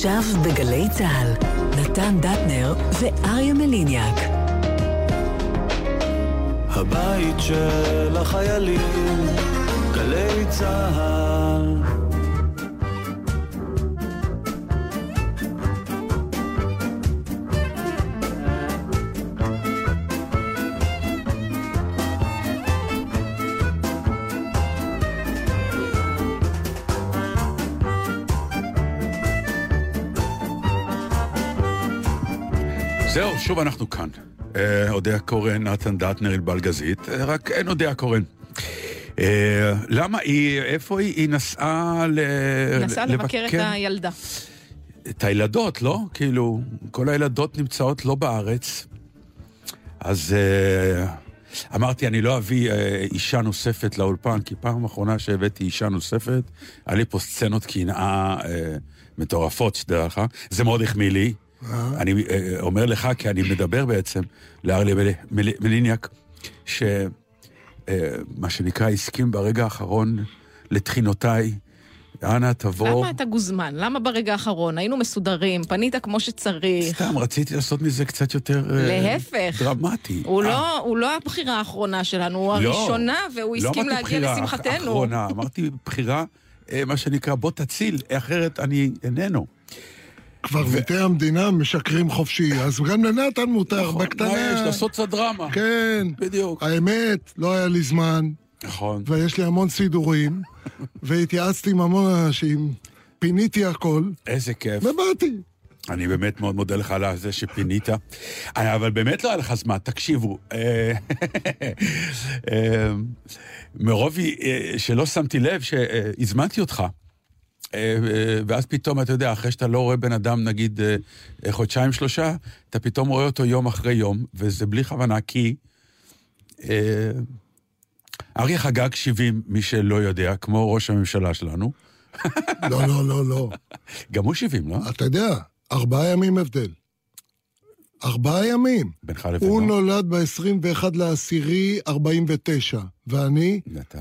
עכשיו בגלי צהל, נתן דטנר ואריה מליניאק. הבית של החיילים, גלי צהל. זהו, שוב אנחנו כאן. אודיה קורן, נתן דטנר, אלבל גזית, רק אין אודיה קורן. למה היא, איפה היא? היא נסעה לבקר את הילדה. את הילדות, לא? כאילו, כל הילדות נמצאות לא בארץ. אז אמרתי, אני לא אביא אישה נוספת לאולפן, כי פעם האחרונה שהבאתי אישה נוספת, היה לי פה סצנות קנאה מטורפות, שדע לך. זה מאוד החמיא לי. אני אומר לך, כי אני מדבר בעצם לאריה מליניאק, שמה שנקרא הסכים ברגע האחרון לתחינותיי, אנא תבוא. למה אתה גוזמן? למה ברגע האחרון? היינו מסודרים, פנית כמו שצריך. סתם, רציתי לעשות מזה קצת יותר להפך. דרמטי. הוא לא הבחירה האחרונה שלנו, הוא הראשונה, והוא הסכים להגיע לשמחתנו. לא אמרתי בחירה האחרונה, אמרתי בחירה, מה שנקרא, בוא תציל, אחרת אני איננו. כבר ביתי המדינה משקרים חופשי, אז גם לנתן מותר, בקטנה. מה יש? לעשות קצת דרמה. כן. בדיוק. האמת, לא היה לי זמן. נכון. ויש לי המון סידורים, והתייעצתי עם המון אנשים, פיניתי הכל. איזה כיף. ובאתי. אני באמת מאוד מודה לך על זה שפינית. אבל באמת לא היה לך זמן, תקשיבו. מרוב שלא שמתי לב שהזמנתי אותך, ואז פתאום, אתה יודע, אחרי שאתה לא רואה בן אדם, נגיד, חודשיים, 3, אתה פתאום רואה אותו יום אחרי יום, וזה בלי כוונה, כי אריה חגג 70, מי שלא יודע, כמו ראש הממשלה שלנו. לא. גם הוא 70, לא? אתה יודע, 4 ימים הבדל. 4 ימים. בינך לבינו. הוא נולד ב-21/10/49, ואני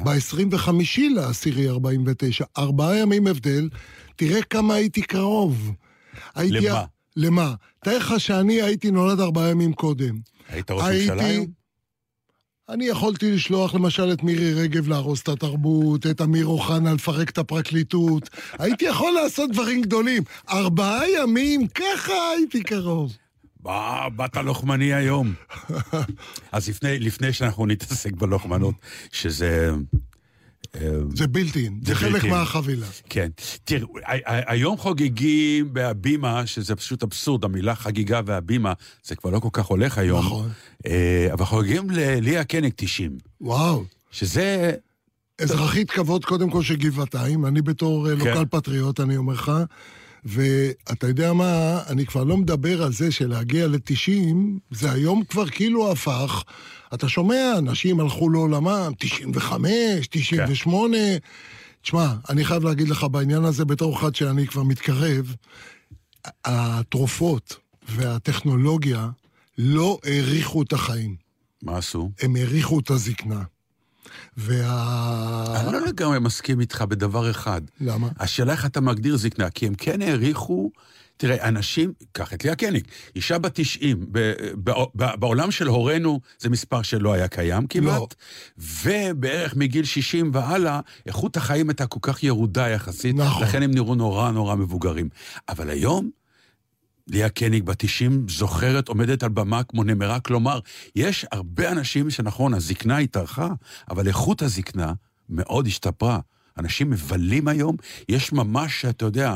ב-25/10/49. 4 ימים הבדל. תראה כמה הייתי קרוב. למה? למה? תראה לך שאני הייתי נולד 4 ימים קודם. היית ראש ממשלה היום? אני יכולתי לשלוח למשל את מירי רגב להרוס את התרבות, את אמיר אוחנה לפרק את הפרקליטות. הייתי יכול לעשות דברים גדולים. 4 ימים, ככה הייתי קרוב. באת לוחמני היום. אז לפני שאנחנו נתעסק בלוחמנות, שזה... זה בילטין, זה חלק מהחבילה. כן. תראו, היום חוגגים בהבימה, שזה פשוט אבסורד, המילה חגיגה והבימה, זה כבר לא כל כך הולך היום. נכון. אבל חוגגים לליה קניג 90. וואו. שזה... אזרחית כבוד קודם כל של גבעתיים, אני בתור לוקל פטריוט, אני אומר לך, ואתה יודע מה, אני כבר לא מדבר על זה שלהגיע ל-90, זה היום כבר כאילו הפך, אתה שומע, אנשים הלכו לעולמם, 95, 98, תשמע, אני חייב להגיד לך בעניין הזה, בתור אחד שאני כבר מתקרב, התרופות והטכנולוגיה לא העריכו את החיים. מה עשו? הם העריכו את הזקנה. אני לא לגמרי מסכים איתך בדבר אחד. למה? השאלה איך אתה מגדיר זקנה, כי הם כן העריכו, תראה, אנשים, קח את ליה קניג, אישה ב-90, בעולם של הורינו זה מספר שלא היה קיים כמעט, לא. ובערך מגיל 60 והלאה, איכות החיים הייתה כל כך ירודה יחסית, נכון. לכן הם נראו נורא נורא מבוגרים. אבל היום, ליה קניג ב-90 זוכרת, עומדת על במה כמו נמרה, כלומר, יש הרבה אנשים שנכון, הזקנה התארכה, אבל איכות הזקנה מאוד השתפרה. אנשים מבלים היום, יש ממש, אתה יודע,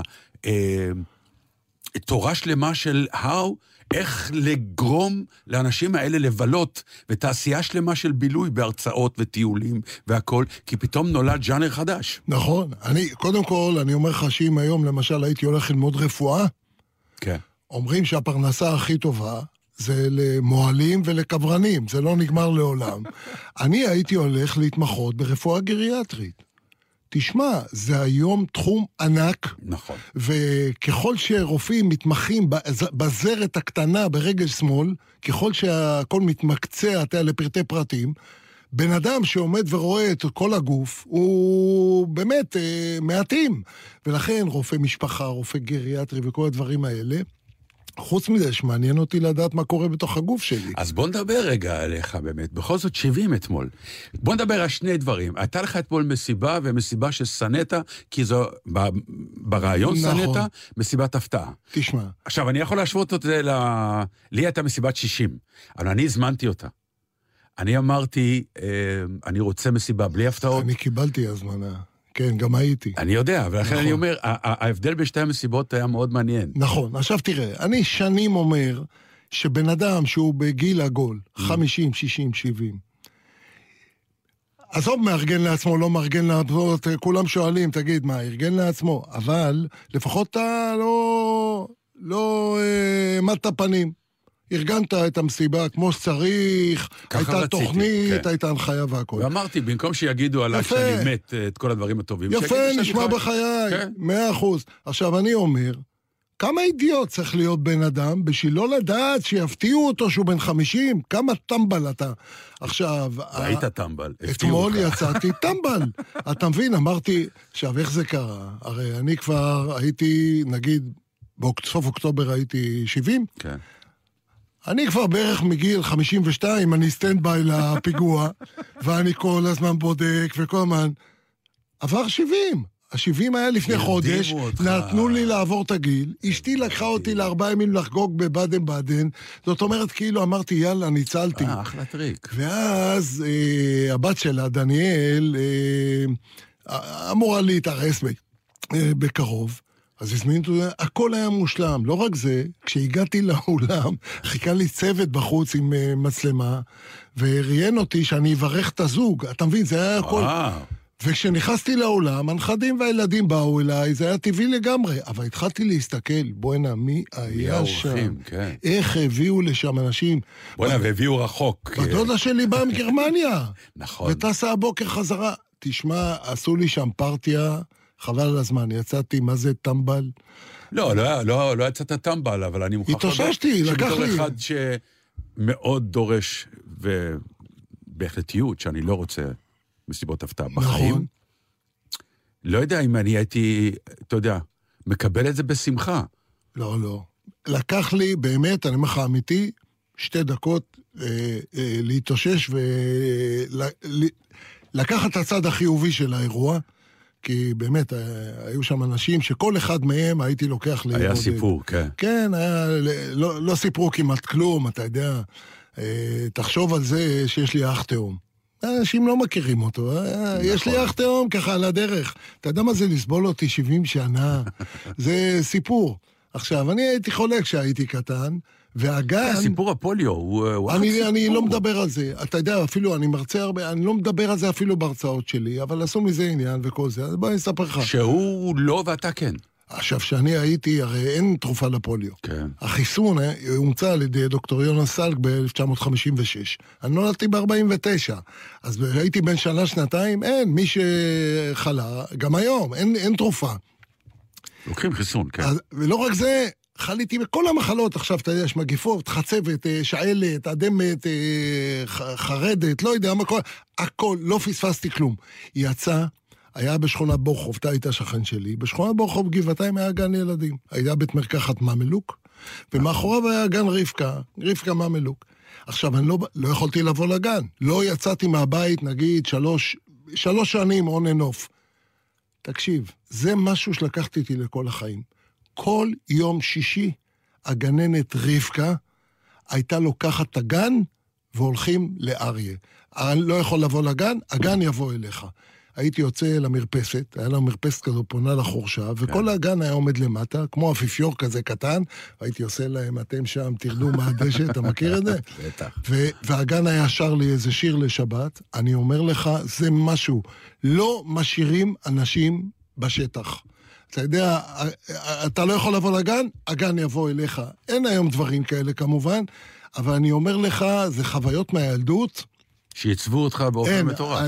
תורה שלמה של איך לגרום לאנשים האלה לבלות, ותעשייה שלמה של בילוי בהרצאות וטיולים והכל, כי פתאום נולד ז'אנר חדש. נכון, קודם כל, אני אומר לך שאם היום למשל הייתי הולך ללמוד רפואה, כן. אומרים שהפרנסה הכי טובה זה למועלים ולקברנים, זה לא נגמר לעולם. אני הייתי הולך להתמחות ברפואה גריאטרית. תשמע, זה היום תחום ענק. נכון. וככל שרופאים מתמחים בזרת הקטנה ברגל שמאל, ככל שהכל מתמקצע לפרטי פרטים, בן אדם שעומד ורואה את כל הגוף, הוא באמת מעטים. ולכן רופא משפחה, רופא גריאטרי וכל הדברים האלה, חוץ מזה שמעניין אותי לדעת מה קורה בתוך הגוף שלי. אז בוא נדבר רגע עליך באמת. בכל זאת 70 אתמול. בוא נדבר על שני דברים. הייתה לך אתמול מסיבה, ומסיבה שסנית, כי זו ברעיון נכון. סנית, מסיבת הפתעה. תשמע. עכשיו, אני יכול להשוות את זה לי הייתה מסיבת 60, אבל אני הזמנתי אותה. אני אמרתי, אני רוצה מסיבה בלי הפתעות. אני קיבלתי הזמנה. כן, גם הייתי. אני יודע, ולכן נכון. אני אומר, ההבדל בשתי המסיבות היה מאוד מעניין. נכון, עכשיו תראה, אני שנים אומר שבן אדם שהוא בגיל עגול, 50, 60, 70, עזוב מארגן לעצמו, לא מארגן לעצמו, כולם שואלים, תגיד, מה, ארגן לעצמו? אבל לפחות אתה לא עמדת פנים. ארגנת את המסיבה כמו שצריך, הייתה תוכנית, כן. הייתה הנחיה והכל. ואמרתי, במקום שיגידו עליי שאני מת את כל הדברים הטובים. יפה, נשמע בחיי, כן. 100%. עכשיו אני אומר, כמה אידיוט צריך להיות בן אדם, בשביל לא לדעת שיפתיעו אותו שהוא בן 50, כמה טמבל אתה. עכשיו... היית טמבל, אתמול יצאתי טמבל. אתה מבין, אמרתי, עכשיו איך זה קרה? הרי אני כבר הייתי, נגיד, בסוף אוקטובר הייתי 70, כן. אני כבר בערך מגיל 52, אני סטנד ביי לפיגוע, ואני כל הזמן בודק וכל הזמן... עבר 70. ה-70 היה לפני חודש, נתנו לי לעבור את הגיל, אשתי לקחה אותי ל4 ימים לחגוג בבאדן באדן, זאת אומרת כאילו אמרתי יאללה, ניצלתי. אחלה טריק. ואז הבת שלה, דניאל, אמורה להתארס בקרוב, אז הזמינו, הכל היה מושלם. לא רק זה, כשהגעתי לאולם, חיכה לי צוות בחוץ עם מצלמה, וראיין אותי שאני אברך את הזוג. אתה מבין, זה היה הכל... וכשנכנסתי לאולם, הנכדים והילדים באו אליי, זה היה טבעי לגמרי. אבל התחלתי להסתכל, בואנה, מי היה שם? כן. איך הביאו לשם אנשים? בואנה, והביאו רחוק. בדודה שלי באה מגרמניה. נכון. וטסה הבוקר חזרה. תשמע, עשו לי שם פרטיה... חבל על הזמן, יצאתי, מה זה טמבל? לא יצאת טמבל, אבל אני מוכרח... התאוששתי, לקח לי. שבתור אחד שמאוד דורש ובהחלטיות, שאני לא רוצה מסיבות הפתעה בחיים, נכון. לא יודע אם אני הייתי, אתה יודע, מקבל את זה בשמחה. לא. לקח לי, באמת, אני אומר לך אמיתי, 2 דקות להתאושש ולקחת את הצד החיובי של האירוע, כי באמת, היו שם אנשים שכל אחד מהם הייתי לוקח לי... היה סיפור, כן. כן, לא סיפרו כמעט כלום, אתה יודע. תחשוב על זה שיש לי אח תאום. אנשים לא מכירים אותו. יש לי אח תאום ככה על הדרך. אתה יודע מה זה לסבול אותי 70 שנה? זה סיפור. עכשיו, אני הייתי חולק כשהייתי קטן, והגן... סיפור הפוליו, הוא... אני לא מדבר על זה. אתה יודע, אפילו, אני מרצה הרבה, אני לא מדבר על זה אפילו בהרצאות שלי, אבל עשו מזה עניין וכל זה, אז בוא אני אספר לך. שהוא לא ואתה כן. עכשיו, שאני הייתי, הרי אין תרופה לפוליו. כן. החיסון הומצא על ידי דוקטור יונס סלק ב-1956. אני נולדתי ב-49. אז הייתי בן שנה-שנתיים, אין, מי שחלה, גם היום, אין תרופה. לוקחים חיסון, כן. ולא רק זה, חליתי בכל המחלות, עכשיו אתה יודע, יש מגיפות, חצבת, שעלת, אדמת, חרדת, לא יודע, הכל, לא פספסתי כלום. היא יצאה, היה בשכונת בורחוב, אתה היית שכן שלי, בשכונת בורחוב גבעתיים היה גן ילדים. היה בית מרקחת ממלוק, ומאחוריו היה גן רבקה ממלוק. עכשיו, אני לא יכולתי לבוא לגן, לא יצאתי מהבית, נגיד, 3 שנים on and off. תקשיב, זה משהו שלקחתי איתי לכל החיים. כל יום שישי, הגננת רבקה הייתה לוקחת את הגן והולכים לאריה. אני לא יכול לבוא לגן, הגן יבוא אליך. הייתי יוצא למרפסת, היה לה מרפסת כזו פונה לחורשה, וכל הגן היה עומד למטה, כמו אפיפיור כזה קטן, והייתי עושה להם, אתם שם, תרדו מהדשא, אתה מכיר את זה? בטח. והגן היה שר לי איזה שיר לשבת, אני אומר לך, זה משהו, לא משאירים אנשים בשטח. אתה יודע, אתה לא יכול לבוא לגן, הגן יבוא אליך. אין היום דברים כאלה כמובן, אבל אני אומר לך, זה חוויות מהילדות. שיצבו אותך באופן מטורף.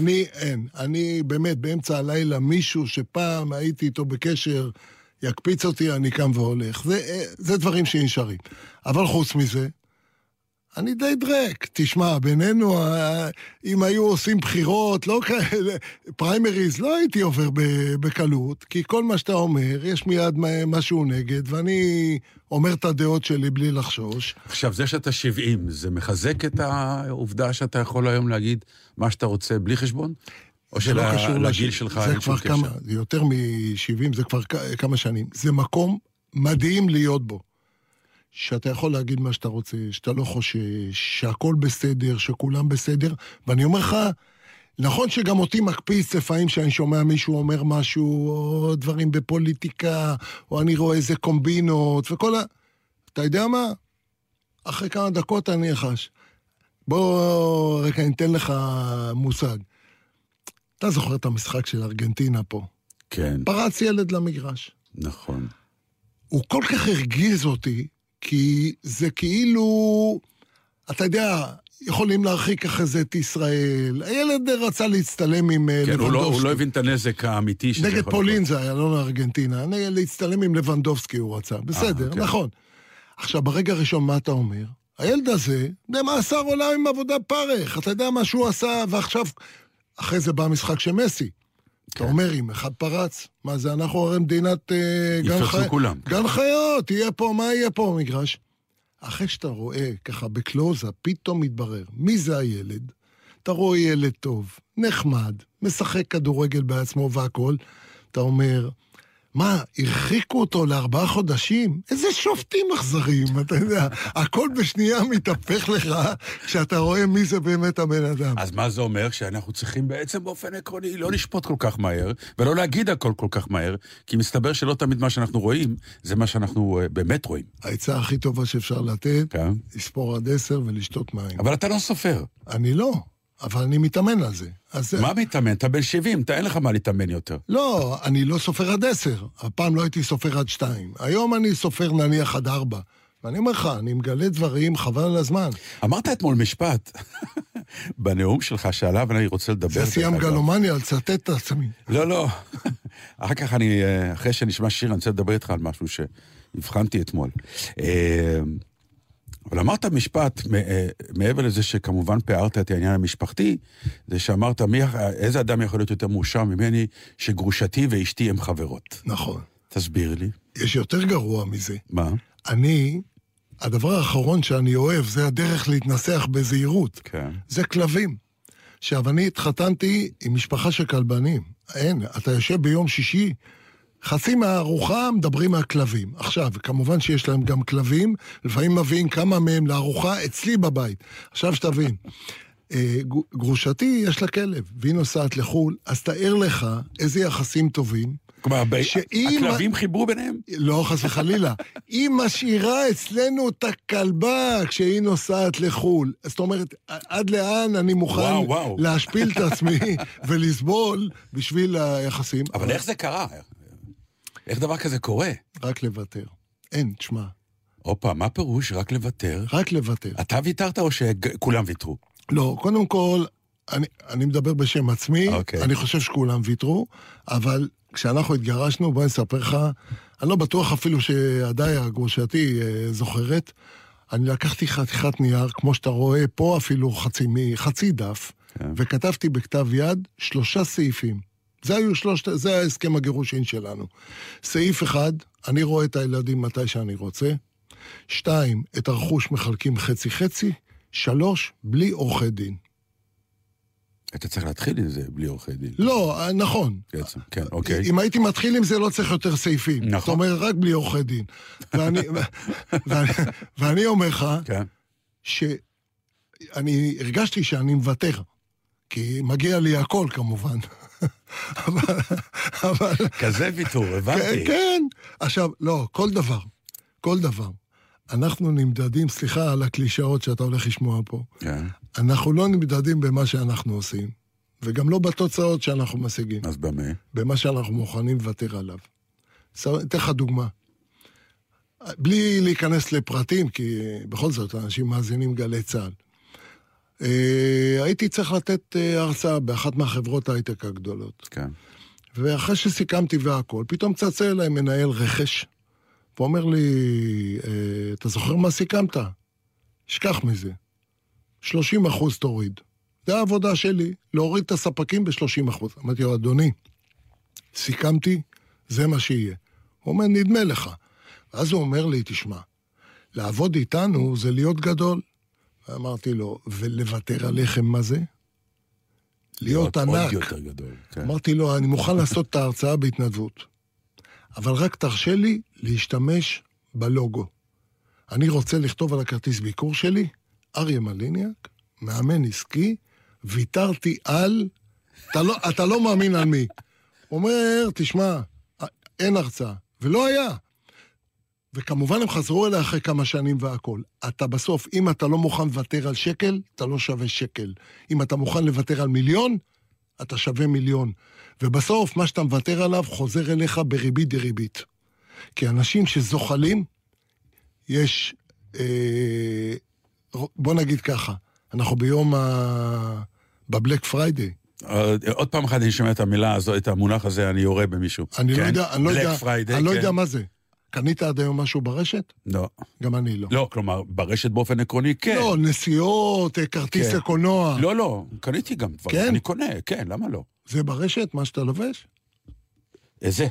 אני באמת באמצע הלילה, מישהו שפעם הייתי איתו בקשר, יקפיץ אותי, אני קם והולך. זה דברים שנשארים. אבל חוץ מזה, אני די דרק. תשמע, בינינו, אם היו עושים בחירות, לא כאלה, פריימריז, לא הייתי עובר בקלות, כי כל מה שאתה אומר, יש מיד משהו נגד, ואני אומר את הדעות שלי בלי לחשוש. עכשיו, זה שאתה 70, זה מחזק את העובדה שאתה יכול היום להגיד מה שאתה רוצה בלי חשבון? או שלגיל שלך זה כבר כמה, יותר מ-70, זה כבר כמה שנים. זה מקום מדהים להיות בו. שאתה יכול להגיד מה שאתה רוצה, שאתה לא חושש, שהכל בסדר, שכולם בסדר, ואני אומר לך, נכון שגם אותי מקפיץ לפעמים שאני שומע מישהו אומר משהו, או דברים בפוליטיקה, או אני רואה איזה קומבינות, וכל אתה יודע מה? אחרי כמה דקות אני אחש. בוא, רגע, אני אתן לך מושג. אתה זוכר את המשחק של ארגנטינה פה? כן. פרץ ילד למגרש. נכון. הוא כל כך הרגיז אותי, כי זה כאילו, אתה יודע, יכולים להרחיק אחרי זה את ישראל. הילד רצה להצטלם עם לבנדובסקי. הוא לא הבין את הנזק האמיתי שזה נגד פולין זה היה, לא לארגנטינה. להצטלם עם לבנדובסקי הוא רצה. בסדר, נכון. עכשיו, ברגע הראשון, מה אתה אומר? הילד הזה, במאסר עולם עם עבודה פרך. אתה יודע מה שהוא עשה, ועכשיו, אחרי זה בא המשחק של מסי. אתה אומר, אם אחד פרץ, מה זה, אנחנו הרי מדינת גן חיות, יהיה פה, מה יהיה פה במגרש? אחרי שאתה רואה, ככה בקלוזה, פתאום מתברר, מי זה הילד? אתה רואה ילד טוב, נחמד, משחק כדורגל בעצמו והכל, אתה אומר, מה, הרחיקו אותו ל4 חודשים? איזה שופטים אכזריים, אתה יודע, הכל בשנייה מתהפך לך, כשאתה רואה מי זה באמת הבן אדם. אז מה זה אומר? שאנחנו צריכים בעצם באופן עקרוני לא לשפוט כל כך מהר, ולא להגיד הכל כל כך מהר, כי מסתבר שלא תמיד מה שאנחנו רואים, זה מה שאנחנו באמת רואים. העצה הכי טובה שאפשר לתת, לספור עד 10 ולשתות מים. אבל אתה לא סופר. אני לא. אבל אני מתאמן על זה. מה מתאמן? אתה בן 70, אין לך מה להתאמן יותר. לא, אני לא סופר עד 10. הפעם לא הייתי סופר עד 2. היום אני סופר נניח עד 4. ואני אומר לך, אני מגלה דברים, חבל על הזמן. אמרת אתמול משפט, בנאום שלך שעליו אני רוצה לדבר. זה סיים גלומניה, על צטט את עצמי. לא. אחר כך אחרי שנשמע שיר, אני רוצה לדבר איתך על משהו שהבחנתי אתמול. אבל אמרת משפט, מעבר לזה שכמובן פערת את העניין המשפחתי, זה שאמרת, איזה אדם יכול להיות יותר מאושר ממני, שגרושתי ואשתי הם חברות. נכון. תסביר לי. יש יותר גרוע מזה. מה? הדבר האחרון שאני אוהב, זה הדרך להתנסח בזהירות. כן. זה כלבים. עכשיו, אני התחתנתי עם משפחה של כלבנים. אין, אתה יושב ביום שישי, חצי מהארוחה מדברים מהכלבים. עכשיו, כמובן שיש להם גם כלבים, לפעמים מביאים כמה מהם לארוחה אצלי בבית. עכשיו שתבין, גרושתי יש לה כלב, והיא נוסעת לחול, אז תאר לך איזה יחסים טובים. כלומר, הכלבים חיברו ביניהם? לא, חס וחלילה. היא משאירה אצלנו את הכלבה כשהיא נוסעת לחול. זאת אומרת, עד לאן אני מוכן להשפיל את עצמי ולסבול בשביל היחסים. אבל איך זה קרה? איך דבר כזה קורה? רק לוותר. אין, תשמע. אופה, מה פירוש? רק לוותר? רק לוותר. אתה ויתרת או שכולם ויתרו? לא, קודם כל, אני מדבר בשם עצמי, אני חושב שכולם ויתרו, אבל כשאנחנו התגרשנו, בואי נספר לך, אני לא בטוח אפילו שעדיין הגרושתי זוכרת, אני לקחתי חתיכת נייר, כמו שאתה רואה פה אפילו חצי דף, וכתבתי בכתב יד 3 סעיפים. זה ההסכם הגירושין שלנו. סעיף 1, אני רואה את הילדים מתי שאני רוצה. 2, את הרכוש מחלקים חצי-חצי. 3, בלי עורכי דין. אתה צריך להתחיל עם זה בלי עורכי דין. לא, נכון. כן, אוקיי. אם הייתי מתחיל עם זה, לא צריך יותר סעיפים. נכון. זאת אומרת, רק בלי עורכי דין. ואני אומר לך, שאני הרגשתי שאני מוותר. כי מגיע לי הכל כמובן. אבל... כזה ויתור, הבנתי. כן. עכשיו, לא, כל דבר. אנחנו נמדדים, סליחה על הקלישאות שאתה הולך לשמוע פה. כן. אנחנו לא נמדדים במה שאנחנו עושים, וגם לא בתוצאות שאנחנו משיגים. אז במה? במה שאנחנו מוכנים לוותר עליו. אתן לך דוגמה. בלי להיכנס לפרטים, כי בכל זאת אנשים מאזינים גלי צה"ל. הייתי צריך לתת הרצאה באחת מהחברות ההייטק הגדולות. כן. ואחרי שסיכמתי והכל, פתאום צצה אליי מנהל רכש, ואומר לי, אתה זוכר מה סיכמת? שכח מזה. 30% תוריד. זה העבודה שלי, להוריד את הספקים ב-30%. אמרתי לו, אדוני, סיכמתי, זה מה שיהיה. הוא אומר, נדמה לך. ואז הוא אומר לי, תשמע, לעבוד איתנו זה להיות גדול. ואמרתי לו, ולוותר עליכם מה זה? להיות ענק. עוד יותר גדול. כן. אמרתי לו, אני מוכן לעשות את ההרצאה בהתנדבות. אבל רק תרשה לי להשתמש בלוגו. אני רוצה לכתוב על הכרטיס ביקור שלי, אריה מליניאק, מאמן עסקי, ויתרתי על, אתה לא מאמין על מי. הוא אומר, תשמע, אין הרצאה. ולא היה. וכמובן הם חזרו אליה אחרי כמה שנים והכל. אתה בסוף, אם אתה לא מוכן לוותר על שקל, אתה לא שווה שקל. אם אתה מוכן לוותר על מיליון, אתה שווה מיליון. ובסוף, מה שאתה מוותר עליו, חוזר אליך בריבית דריבית. כי אנשים שזוחלים, יש, בוא נגיד ככה, אנחנו ביום בבלק פריידי. עוד פעם אחת אני שומע את המילה הזו, את המונח הזה, אני יורה במישהו. אני לא יודע מה זה. קנית עד היום משהו ברשת? לא. גם אני לא. לא, כלומר, ברשת באופן עקרוני, כן. לא, נסיעות, כרטיס לקולנוע. לא, קניתי גם כבר. כן? אני קונה, כן, למה לא? זה ברשת, מה שאתה לובש? זה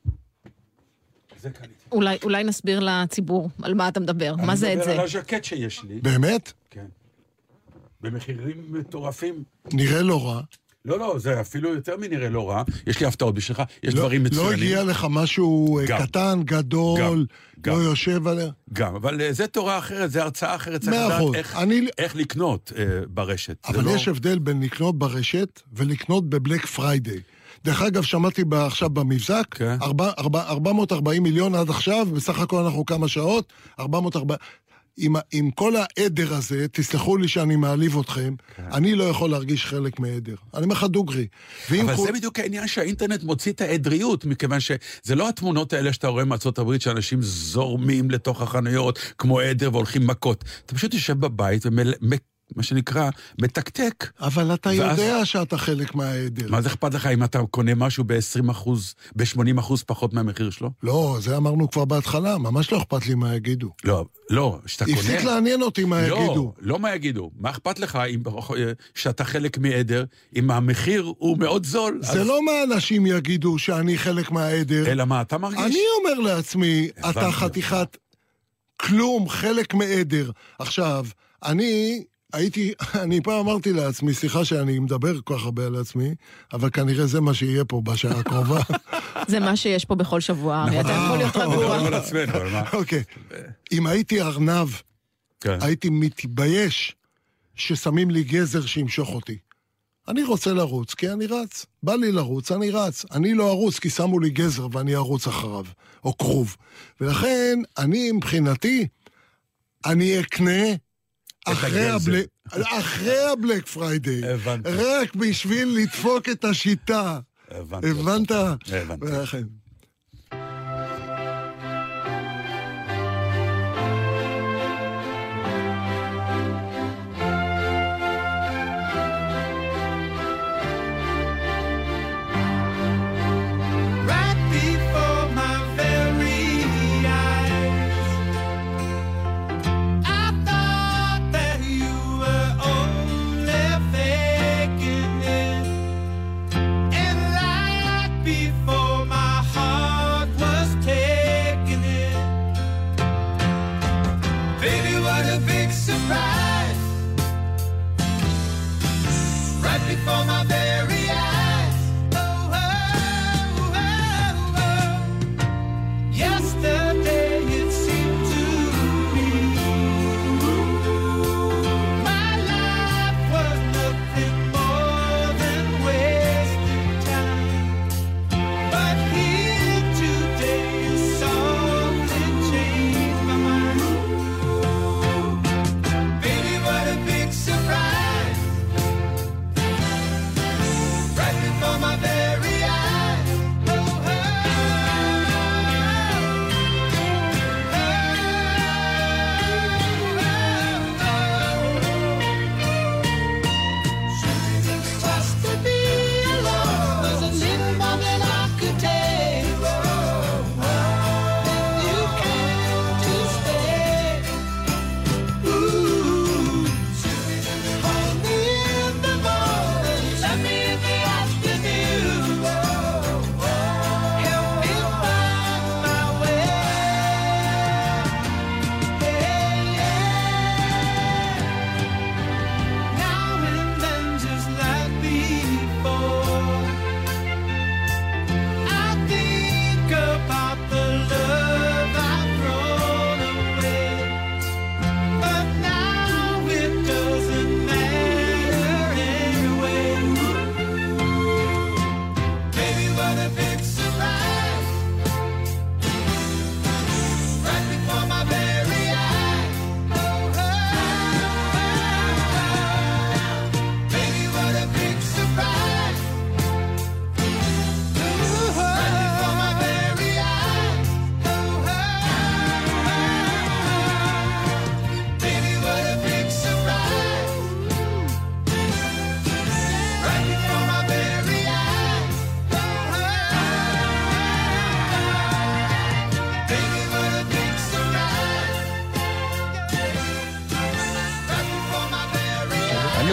קניתי. אולי נסביר לציבור על מה אתה מדבר. מה זה את זה? אני מדבר על הז'קט שיש לי. באמת? כן. במחירים מטורפים. נראה לא רע. לא, זה אפילו יותר מנראה לא רע. יש לי הפתעות בשבילך, יש דברים מצוינים. לא הגיע לך משהו קטן, גדול, לא יושב עליה? גם, אבל זה תורה אחרת, זה הרצאה אחרת, צריך לדעת איך לקנות ברשת. אבל יש הבדל בין לקנות ברשת ולקנות בבלק פריידי. דרך אגב, שמעתי עכשיו במבזק, 440 מיליון עד עכשיו, בסך הכל אנחנו כמה שעות, 440... עם כל העדר הזה, תסלחו לי שאני מעליב אתכם, אני לא יכול להרגיש חלק מהעדר. אני אומר לך דוגרי. אבל זה בדיוק העניין שהאינטרנט מוציא את העדריות, מכיוון שזה לא התמונות האלה שאתה רואה מארצות הברית, שאנשים זורמים לתוך החנויות כמו עדר והולכים מכות. אתה פשוט יושב בבית מה שנקרא, מתקתק. אבל אתה יודע שאתה חלק מהעדר. מה זה אכפת לך אם אתה קונה משהו ב-20%, ב-80% פחות מהמחיר שלו? לא, זה אמרנו כבר בהתחלה, ממש לא אכפת לי מה יגידו. לא, שאתה קונה... הפסיק לעניין אותי מה יגידו. לא מה יגידו. מה אכפת לך שאתה חלק מעדר, אם המחיר הוא מאוד זול? זה לא מה אנשים יגידו שאני חלק מהעדר. אלא מה אתה מרגיש? אני אומר לעצמי, אתה חתיכת כלום, חלק מעדר. עכשיו, אני פעם אמרתי לעצמי, סליחה שאני מדבר כל כך הרבה על עצמי, אבל כנראה זה מה שיהיה פה בשעה הקרובה. זה מה שיש פה בכל שבוע, אתה יכול להיות רגוע. אוקיי. אם הייתי ארנב, הייתי מתבייש ששמים לי גזר שימשוך אותי. אני רוצה לרוץ, כי אני רץ. בא לי לרוץ, אני רץ. אני לא ארוץ, כי שמו לי גזר ואני ארוץ אחריו, או קרוב. ולכן, אני מבחינתי, אני אקנה אחרי הבלק פריידי, רק בשביל לדפוק את השיטה. הבנת? הבנתי. Baby,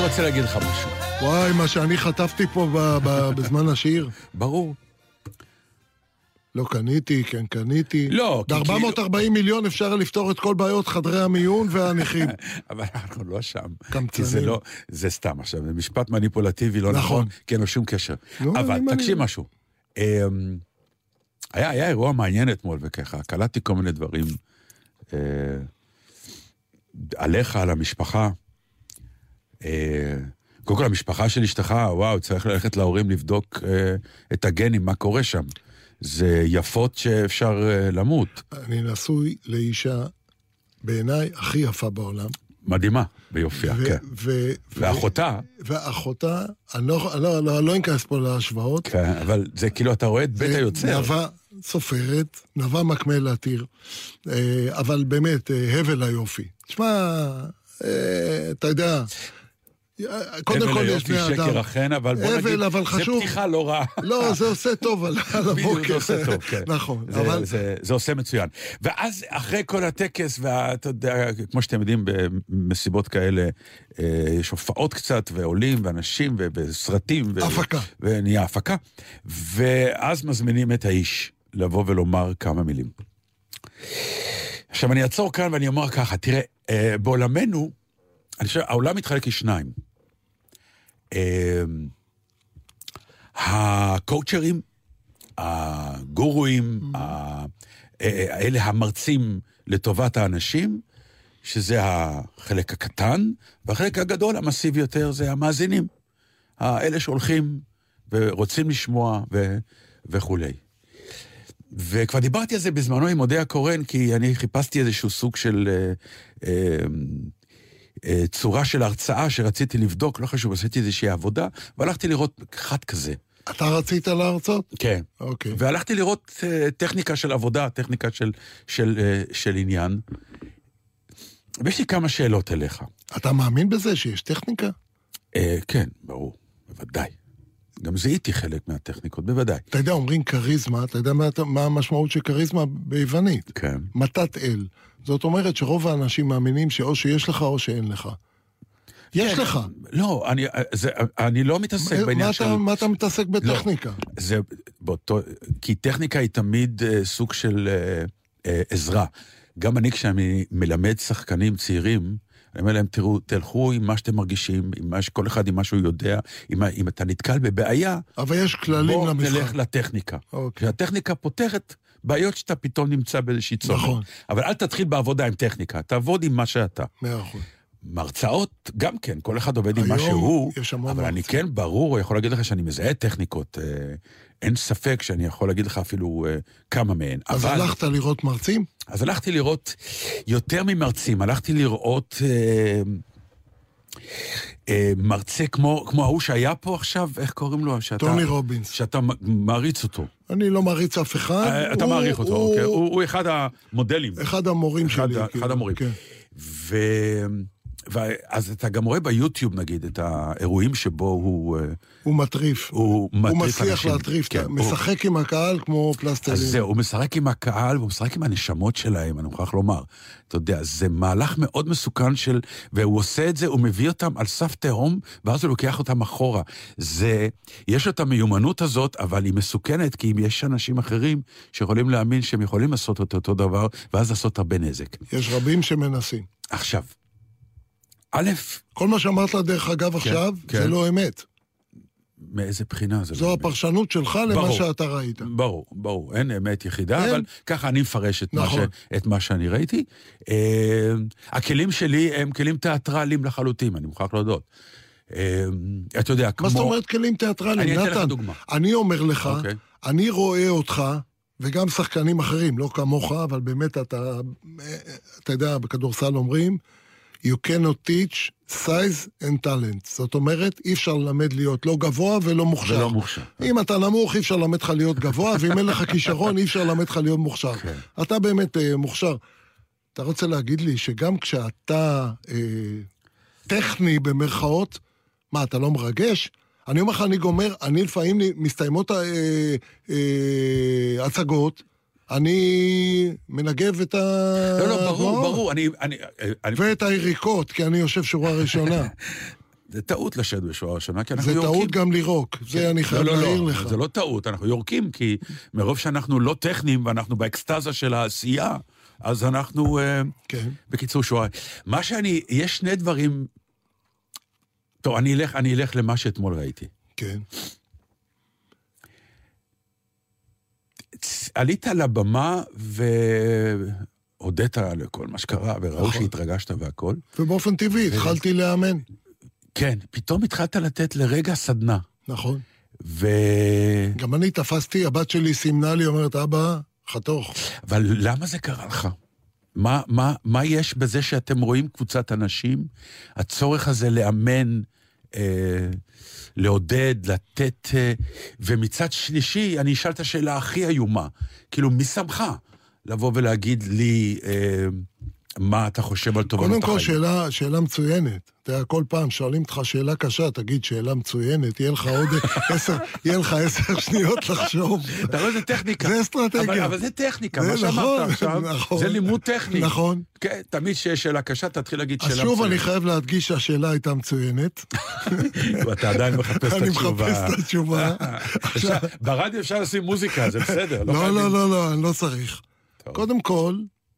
רוצה להגיד לך משהו. וואי, מה שאני חטפתי פה בזמן השיר. ברור. לא קניתי, כן קניתי. לא, ב-440 מיליון אפשר לפתור את כל בעיות חדרי המיון והנכים. אבל אנחנו לא שם. קמצנים. כי זה לא, זה סתם עכשיו, זה משפט מניפולטיבי, לא נכון, כי אין לו שום קשר. אבל תקשיב משהו. היה אירוע מעניין אתמול וככה, קלטתי כל מיני דברים עליך, על המשפחה. קודם כל, המשפחה של אשתך, וואו, צריך ללכת להורים לבדוק את הגנים, מה קורה שם. זה יפות שאפשר למות. אני נשוי לאישה, בעיניי, הכי יפה בעולם. מדהימה, ביופיה, כן. ואחותה? ואחותה, אני לא אכנס פה להשוואות. כן, אבל זה כאילו, אתה רואה את בית היוצר. נווה סופרת, נווה מקמל להתיר, אבל באמת, הבל היופי. תשמע, אתה יודע... קודם כל יש בני אדם. שקר אכן, אבל בוא נגיד, זה פתיחה לא רעה. לא, זה עושה טוב על הבוקר. זה עושה טוב, כן. נכון. זה עושה מצוין. ואז אחרי כל הטקס, ואתה יודע, כמו שאתם יודעים, במסיבות כאלה, יש הופעות קצת, ועולים, ואנשים, וסרטים. הפקה. ונהיה הפקה. ואז מזמינים את האיש לבוא ולומר כמה מילים. עכשיו, אני אעצור כאן ואני אומר ככה, תראה, בעולמנו, אני חושב, העולם מתחלק לשניים. הקואוצ'רים, הגורואים, אלה המרצים לטובת האנשים, שזה החלק הקטן, והחלק הגדול, המסיבי יותר, זה המאזינים. אלה שהולכים ורוצים לשמוע וכו'. וכבר דיברתי על זה בזמנו עם מודי הקורן, כי אני חיפשתי איזשהו סוג של... צורה של הרצאה שרציתי לבדוק, לא חשוב, עשיתי איזושהי עבודה, והלכתי לראות אחד כזה. אתה רצית להרצות? כן. אוקיי. והלכתי לראות טכניקה של עבודה, טכניקה של עניין. ויש לי כמה שאלות אליך. אתה מאמין בזה שיש טכניקה? כן, ברור, בוודאי. גם זיהיתי חלק מהטכניקות, בוודאי. אתה יודע, אומרים קריזמה, אתה יודע מה המשמעות של קריזמה ביוונית? כן. מתת אל. זאת אומרת שרוב האנשים מאמינים שאו שיש לך או שאין לך. יש לך. לא, אני לא מתעסק בעניין של... מה אתה מתעסק בטכניקה? זה כי טכניקה היא תמיד סוג של עזרה. גם אני כשאני מלמד שחקנים צעירים, אני אומר להם, תראו, תלכו עם מה שאתם מרגישים, כל אחד עם מה שהוא יודע, אם אתה נתקל בבעיה, אבל יש כללים למשחק. בוא נלך לטכניקה. שהטכניקה פותרת בעיות שאתה פתאום נמצא באיזושהי צומת. נכון. אבל אל תתחיל בעבודה עם טכניקה, תעבוד עם מה שאתה. 100%. מרצאות, גם כן, כל אחד עובד עם מה שהוא, אבל אני כן ברור, יכול להגיד לך שאני מזהה טכניקות, אין ספק שאני יכול להגיד לך אפילו כמה מהן. אז הלכת לראות מרצים? אז הלכתי לראות יותר ממרצים, הלכתי לראות מרצה כמו ההוא שהיה פה עכשיו, איך קוראים לו? טוני רובינס. שאתה מעריץ אותו. אני לא מעריץ אף אחד. אתה מעריך אותו, אוקיי. הוא אחד המודלים. אחד המורים שלי. אחד המורים. אז אתה גם רואה ביוטיוב, נגיד, את האירועים שבו הוא מטריף. הוא מצליח להטריף, משחק עם הקהל כמו פלסטלין. אז זהו, הוא משחק עם הקהל, והוא משחק עם הנשמות שלהם, אני מוכרח לומר. אתה יודע, זה מהלך מאוד מסוכן והוא עושה את זה, הוא מביא אותם על סף תהום, ואז הוא לוקח אותם אחורה. יש את המיומנות הזאת, אבל היא מסוכנת, כי אם יש אנשים אחרים שיכולים להאמין שהם יכולים לעשות את אותו דבר, ואז לעשות הרבה נזק. יש רבים שמנסים. עכשיו, כל מה שאמרת דרך אגב עכשיו, זה לא אמת. מאיזה בחינה זה? זו הפרשנות שלך למה שאתה ראית. ברור, אין אמת יחידה, אבל ככה אני מפרש את מה שאני ראיתי. הכלים שלי הם כלים תיאטרליים לחלוטין, אני מוכרח להודות. אתה יודע, כמו... מה זאת אומרת כלים תיאטרליים? אני אתן לך דוגמה. אני אומר לך, אני רואה אותך, וגם שחקנים אחרים, לא כמוך, אבל באמת אתה יודע, בכדורסל אומרים, you cannot teach size and talent. זאת אומרת, אי אפשר ללמד להיות לא גבוה ולא מוכשר. ולא מוכשר. אם אתה נמוך, אי אפשר ללמד לך להיות גבוה, ואם אין לך כישרון, אי אפשר ללמד לך להיות מוכשר. אתה באמת מוכשר. אתה רוצה להגיד לי שגם כשאתה טכני במרכאות, מה, אתה לא מרגש? אני אומר לך, אני לפעמים מסתיימות הצגות, אני מנגב את לא, ברור. ואת היריקות, כי אני יושב שורה ראשונה. זה טעות לשבת בשורה הראשונה, כי אנחנו זה יורקים. זה טעות גם לירוק, זה אני חייב להעיר לך. זה לא טעות, אנחנו יורקים, כי מרוב שאנחנו לא טכניים, ואנחנו באקסטאזה של העשייה, אז אנחנו... כן. בקיצור שורה. מה שאני... יש שני דברים... טוב, אני אלך למה שאתמול ראיתי. כן. עלית לבמה והודית לכל מה שקרה, וראו שהתרגשת והכל. ובאופן טבעי, התחלתי לאמן. כן, פתאום התחלת לתת לרגע סדנה. נכון. גם אני תפסתי, הבת שלי סימנה לי, אומרת, אבא, חתוך. אבל למה זה קרה לך? מה יש בזה שאתם רואים קבוצת אנשים? הצורך הזה לאמן, לעודד, לתת, ומצד שלישי, אני אשאל את השאלה הכי איומה, כאילו, מי שמך לבוא ולהגיד לי מה אתה חושב על תובנות החיים? קודם כל, שאלה מצוינת. אתה יודע, כל פעם שואלים אותך שאלה קשה, תגיד שאלה מצוינת, יהיה לך עוד 10 שניות לחשוב. אתה רואה, זה טכניקה. זה אסטרטגיה. אבל זה טכניקה, מה שאמרת עכשיו, זה לימוד טכני. נכון. כן, תמיד שיש שאלה קשה, תתחיל להגיד שאלה מצוינת. אז מצוינת. שוב, אני חייב להדגיש שהשאלה הייתה מצוינת. ואתה עדיין מחפש את התשובה. אני מחפש את התשובה. ברדיו אפשר לשים מוזיקה, זה בסדר. לא, אני לא צריך. קודם כל,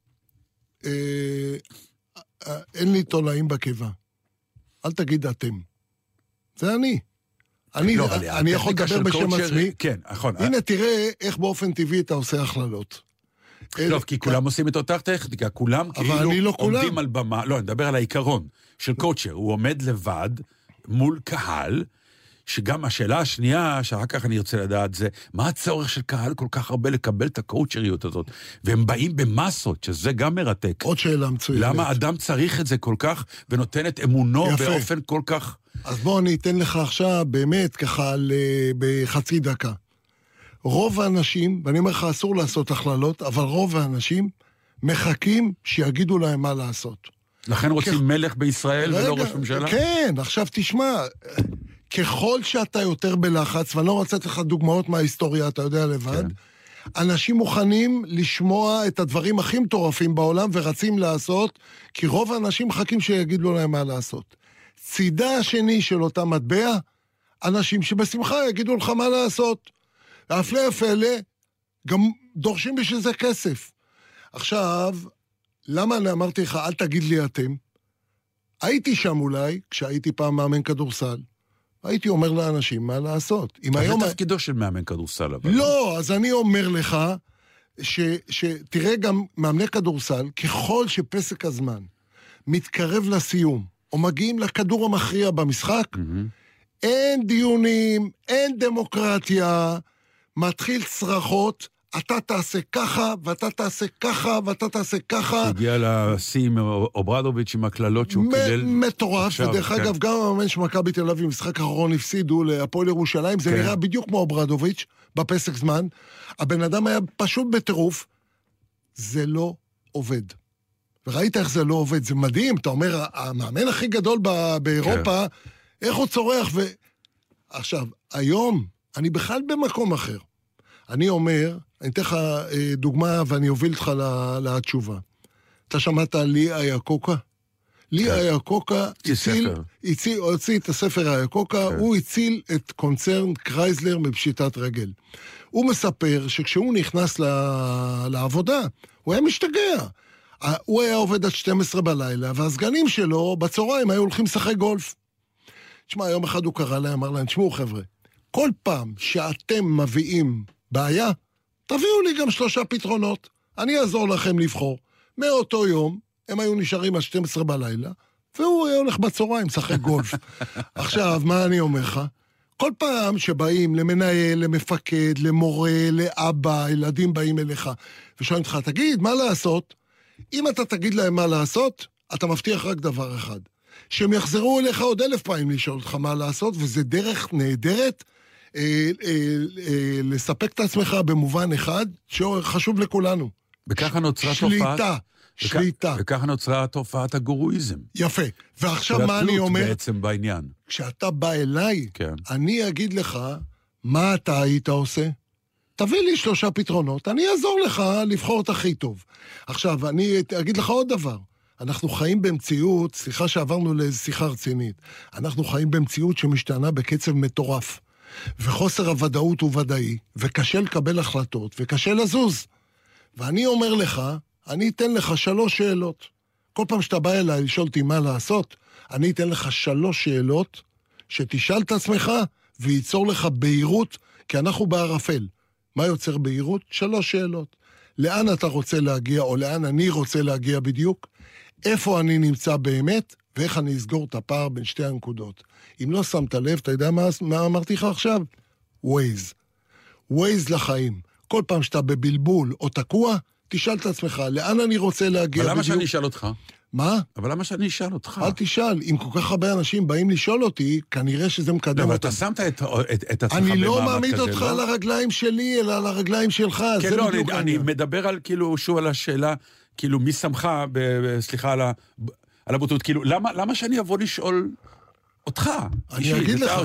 אין לי תולעים בקיבה. אל תגיד אתם. זה אני. אני יכול לדבר בשם עצמי. כן, נכון. הנה, תראה איך באופן טבעי אתה עושה הכללות. לא, כי כולם עושים את אותה טכניקה, כולם כאילו עומדים על במה, לא, אני מדבר על העיקרון של קואוצ'ר, הוא עומד לבד מול קהל, שגם השאלה השנייה, שאחר כך אני רוצה לדעת, זה מה הצורך של קהל כל כך הרבה לקבל את הקואוצ'ריות הזאת, והם באים במסות, שזה גם מרתק. עוד שאלה מצוינת. למה אדם צריך את זה כל כך, ונותן את אמונו באופן כל כך... אז בוא אני אתן לך עכשיו, באמת, ככה, בחצי דקה. רוב האנשים, ואני אומר לך, אסור לעשות הכללות, אבל רוב האנשים מחכים שיגידו להם מה לעשות. לכן רוצים מלך בישראל ולא ראש ממשלה? כן, עכשיו תשמע, ככל שאתה יותר בלחץ, ואני לא רוצה לתת לך דוגמאות מההיסטוריה, אתה יודע לבד, אנשים מוכנים לשמוע את הדברים הכי מטורפים בעולם, ורצים לעשות, כי רוב האנשים מחכים שיגידו להם מה לעשות. צידה השני של אותה מטבע, אנשים שבשמחה יגידו לך מה לעשות. והפלא הפלא, גם דורשים בשביל זה כסף. עכשיו, למה אני אמרתי לך, אל תגיד לי אתם? הייתי שם אולי, כשהייתי פעם מאמן כדורסל, הייתי אומר לאנשים מה לעשות. זה תפקידו של מאמן כדורסל, אבל... לא, אז אני אומר לך, שתראה גם מאמני כדורסל, ככל שפסק הזמן מתקרב לסיום, או מגיעים לכדור המכריע במשחק, אין דיונים, אין דמוקרטיה, מתחיל צרחות, אתה תעשה ככה, ואתה תעשה ככה, ואתה תעשה ככה. הגיע לשיא עם אוברדוביץ' עם הכללות שהוא קילל. מטורף, ודרך אגב, גם המאמן של מכבי תל אביב, משחק האחרון הפסידו להפועל ירושלים, זה נראה בדיוק כמו אוברדוביץ', בפסק זמן. הבן אדם היה פשוט בטירוף, זה לא עובד. וראית איך זה לא עובד, זה מדהים, אתה אומר, המאמן הכי גדול באירופה, איך הוא צורח עכשיו, היום, אני בכלל במקום אחר. אני אומר, אני אתן לך דוגמה ואני אוביל אותך לתשובה. אתה שמעת על לי אייקוקה? לי אייקוקה הוציא את הספר אייקוקה, הוא הציל את קונצרן קרייזלר מפשיטת רגל. הוא מספר שכשהוא נכנס לעבודה, הוא היה משתגע. הוא היה עובד עד 12 בלילה, והסגנים שלו בצהריים היו הולכים לשחק גולף. תשמע, יום אחד הוא קרא להם, אמר להם, תשמעו חבר'ה, כל פעם שאתם מביאים בעיה, תביאו לי גם 3 פתרונות. אני אעזור לכם לבחור. מאותו יום, הם היו נשארים עד 12 בלילה, והוא היה הולך בצהריים, שחק גולף. עכשיו, מה אני אומר לך? כל פעם שבאים למנהל, למפקד, למורה, לאבא, ילדים באים אליך, ושואלים לך, תגיד, מה לעשות? אם אתה תגיד להם מה לעשות, אתה מבטיח רק דבר אחד. שהם יחזרו אליך עוד 1000 פעמים לשאול אותך מה לעשות, וזה דרך נהדרת לספק את עצמך במובן אחד, שחשוב לכולנו. וככה נוצרה שליטה. וככה נוצרה תופעת הגורואיזם. יפה. ועכשיו מה אני אומר? בעצם בעניין. כשאתה בא אליי, כן. אני אגיד לך, מה אתה היית עושה? תביא לי 3 פתרונות, אני אעזור לך לבחור את הכי טוב. עכשיו, אני אגיד לך עוד דבר. אנחנו חיים במציאות, סליחה שעברנו לשיחה רצינית, אנחנו חיים במציאות שמשתנה בקצב מטורף, וחוסר הוודאות הוא ודאי, וקשה לקבל החלטות, וקשה לזוז. ואני אומר לך, אני אתן לך 3 שאלות. כל פעם שאתה בא אליי לשאול אותי מה לעשות, אני אתן לך 3 שאלות, שתשאל את עצמך, וייצור לך בהירות, כי אנחנו בערפל. מה יוצר בהירות? 3 שאלות. לאן אתה רוצה להגיע, או לאן אני רוצה להגיע בדיוק? איפה אני נמצא באמת, ואיך אני אסגור את הפער בין שתי הנקודות. אם לא שמת לב, אתה יודע מה אמרתי לך עכשיו? ווייז. ווייז לחיים. כל פעם שאתה בבלבול או תקוע, תשאל את עצמך, לאן אני רוצה להגיע? אבל למה שאני אשאל אותך? מה? אבל למה שאני אשאל אותך? אל תשאל. אם כל כך הרבה אנשים באים לשאול אותי, כנראה שזה מקדם אותם. אבל אתה שמת את עצמך במעמד כזה, אני לא מעמיד אותך על הרגליים שלי, אלא על הרגליים שלך. כן, לא, אני מדבר על, כאילו, שוב על השאלה, כאילו, מי שמך, סליחה, על הבוטות, כאילו, למה שאני אבוא לשאול אותך? אני אגיד לך.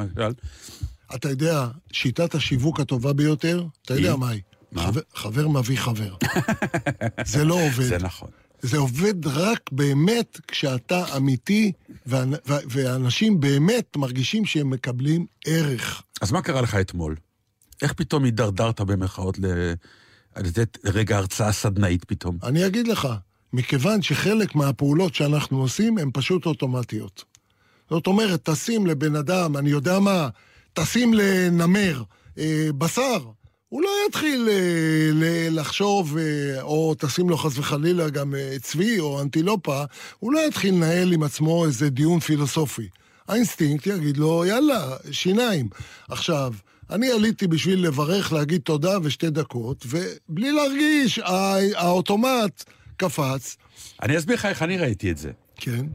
אתה יודע, שיטת השיווק הטובה ביותר, אתה יודע מהי? חבר מביא חבר. זה לא עובד. זה נכון. זה עובד רק באמת כשאתה אמיתי, ואנשים באמת מרגישים שהם מקבלים ערך. אז מה קרה לך אתמול? איך פתאום הידרדרת במחאות לתת רגע הרצאה סדנאית פתאום? אני אגיד לך, מכיוון שחלק מהפעולות שאנחנו עושים הן פשוט אוטומטיות. זאת אומרת, תשים לבן אדם, אני יודע מה, תשים לנמר בשר, הוא לא יתחיל לחשוב, או תשים לו חס וחלילה גם צבי או אנטילופה, הוא לא יתחיל לנהל עם עצמו איזה דיון פילוסופי. האינסטינקט יגיד לו, יאללה, שיניים. עכשיו, אני עליתי בשביל לברך, להגיד תודה ו2 דקות, ובלי להרגיש, האוטומט קפץ. אני אסביר לך איך אני ראיתי את זה. כן.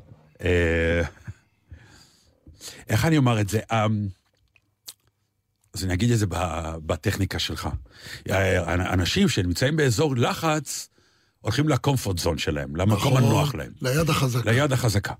איך אני אומר את זה? אז אני אגיד את זה בטכניקה שלך. אנשים שנמצאים באזור לחץ, הולכים לקומפורט זון שלהם, למקום הנוח להם. ליד החזקה. ליד החזקה.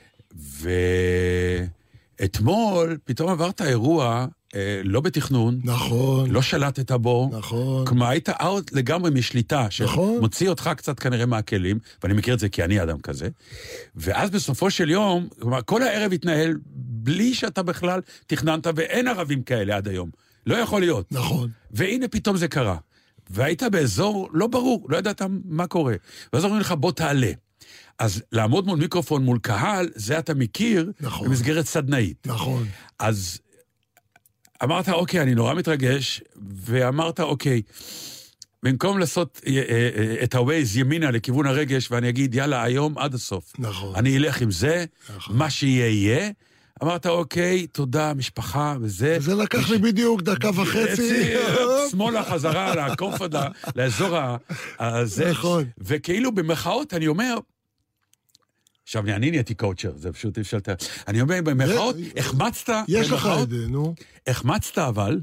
ואתמול פתאום עברת אירוע, לא בתכנון, נכון. לא שלטת בו, נכון. כלומר היית אאוט לגמרי משליטה, נכון. שמוציא אותך קצת כנראה מהכלים, ואני מכיר את זה כי אני אדם כזה, ואז בסופו של יום, כלומר, כל הערב התנהל בלי שאתה בכלל תכננת, ואין ערבים כאלה עד היום. לא יכול להיות. נכון. והנה פתאום זה קרה. והיית באזור לא ברור, לא ידעת מה קורה. ואז אומרים לך, בוא תעלה. אז לעמוד מול מיקרופון, מול קהל, זה אתה מכיר, נכון. במסגרת סדנאית. נכון. אז אמרת, אוקיי, אני נורא מתרגש, ואמרת, אוקיי, במקום לעשות את הווייז ימינה לכיוון הרגש, ואני אגיד, יאללה, היום עד הסוף. נכון. אני אלך עם זה, נכון. מה שיהיה יהיה. אמרת, אוקיי, תודה, משפחה וזה. זה לקח לי בדיוק 1.5 דקות. שמאלה חזרה לקומפורט, לאזור הזה. נכון. וכאילו במחאות אני אומר, עכשיו אני נהייתי קואוצ'ר, זה פשוט אי אפשר... אני אומר, במחאות, החמצת... יש לך את זה, נו. החמצת אבל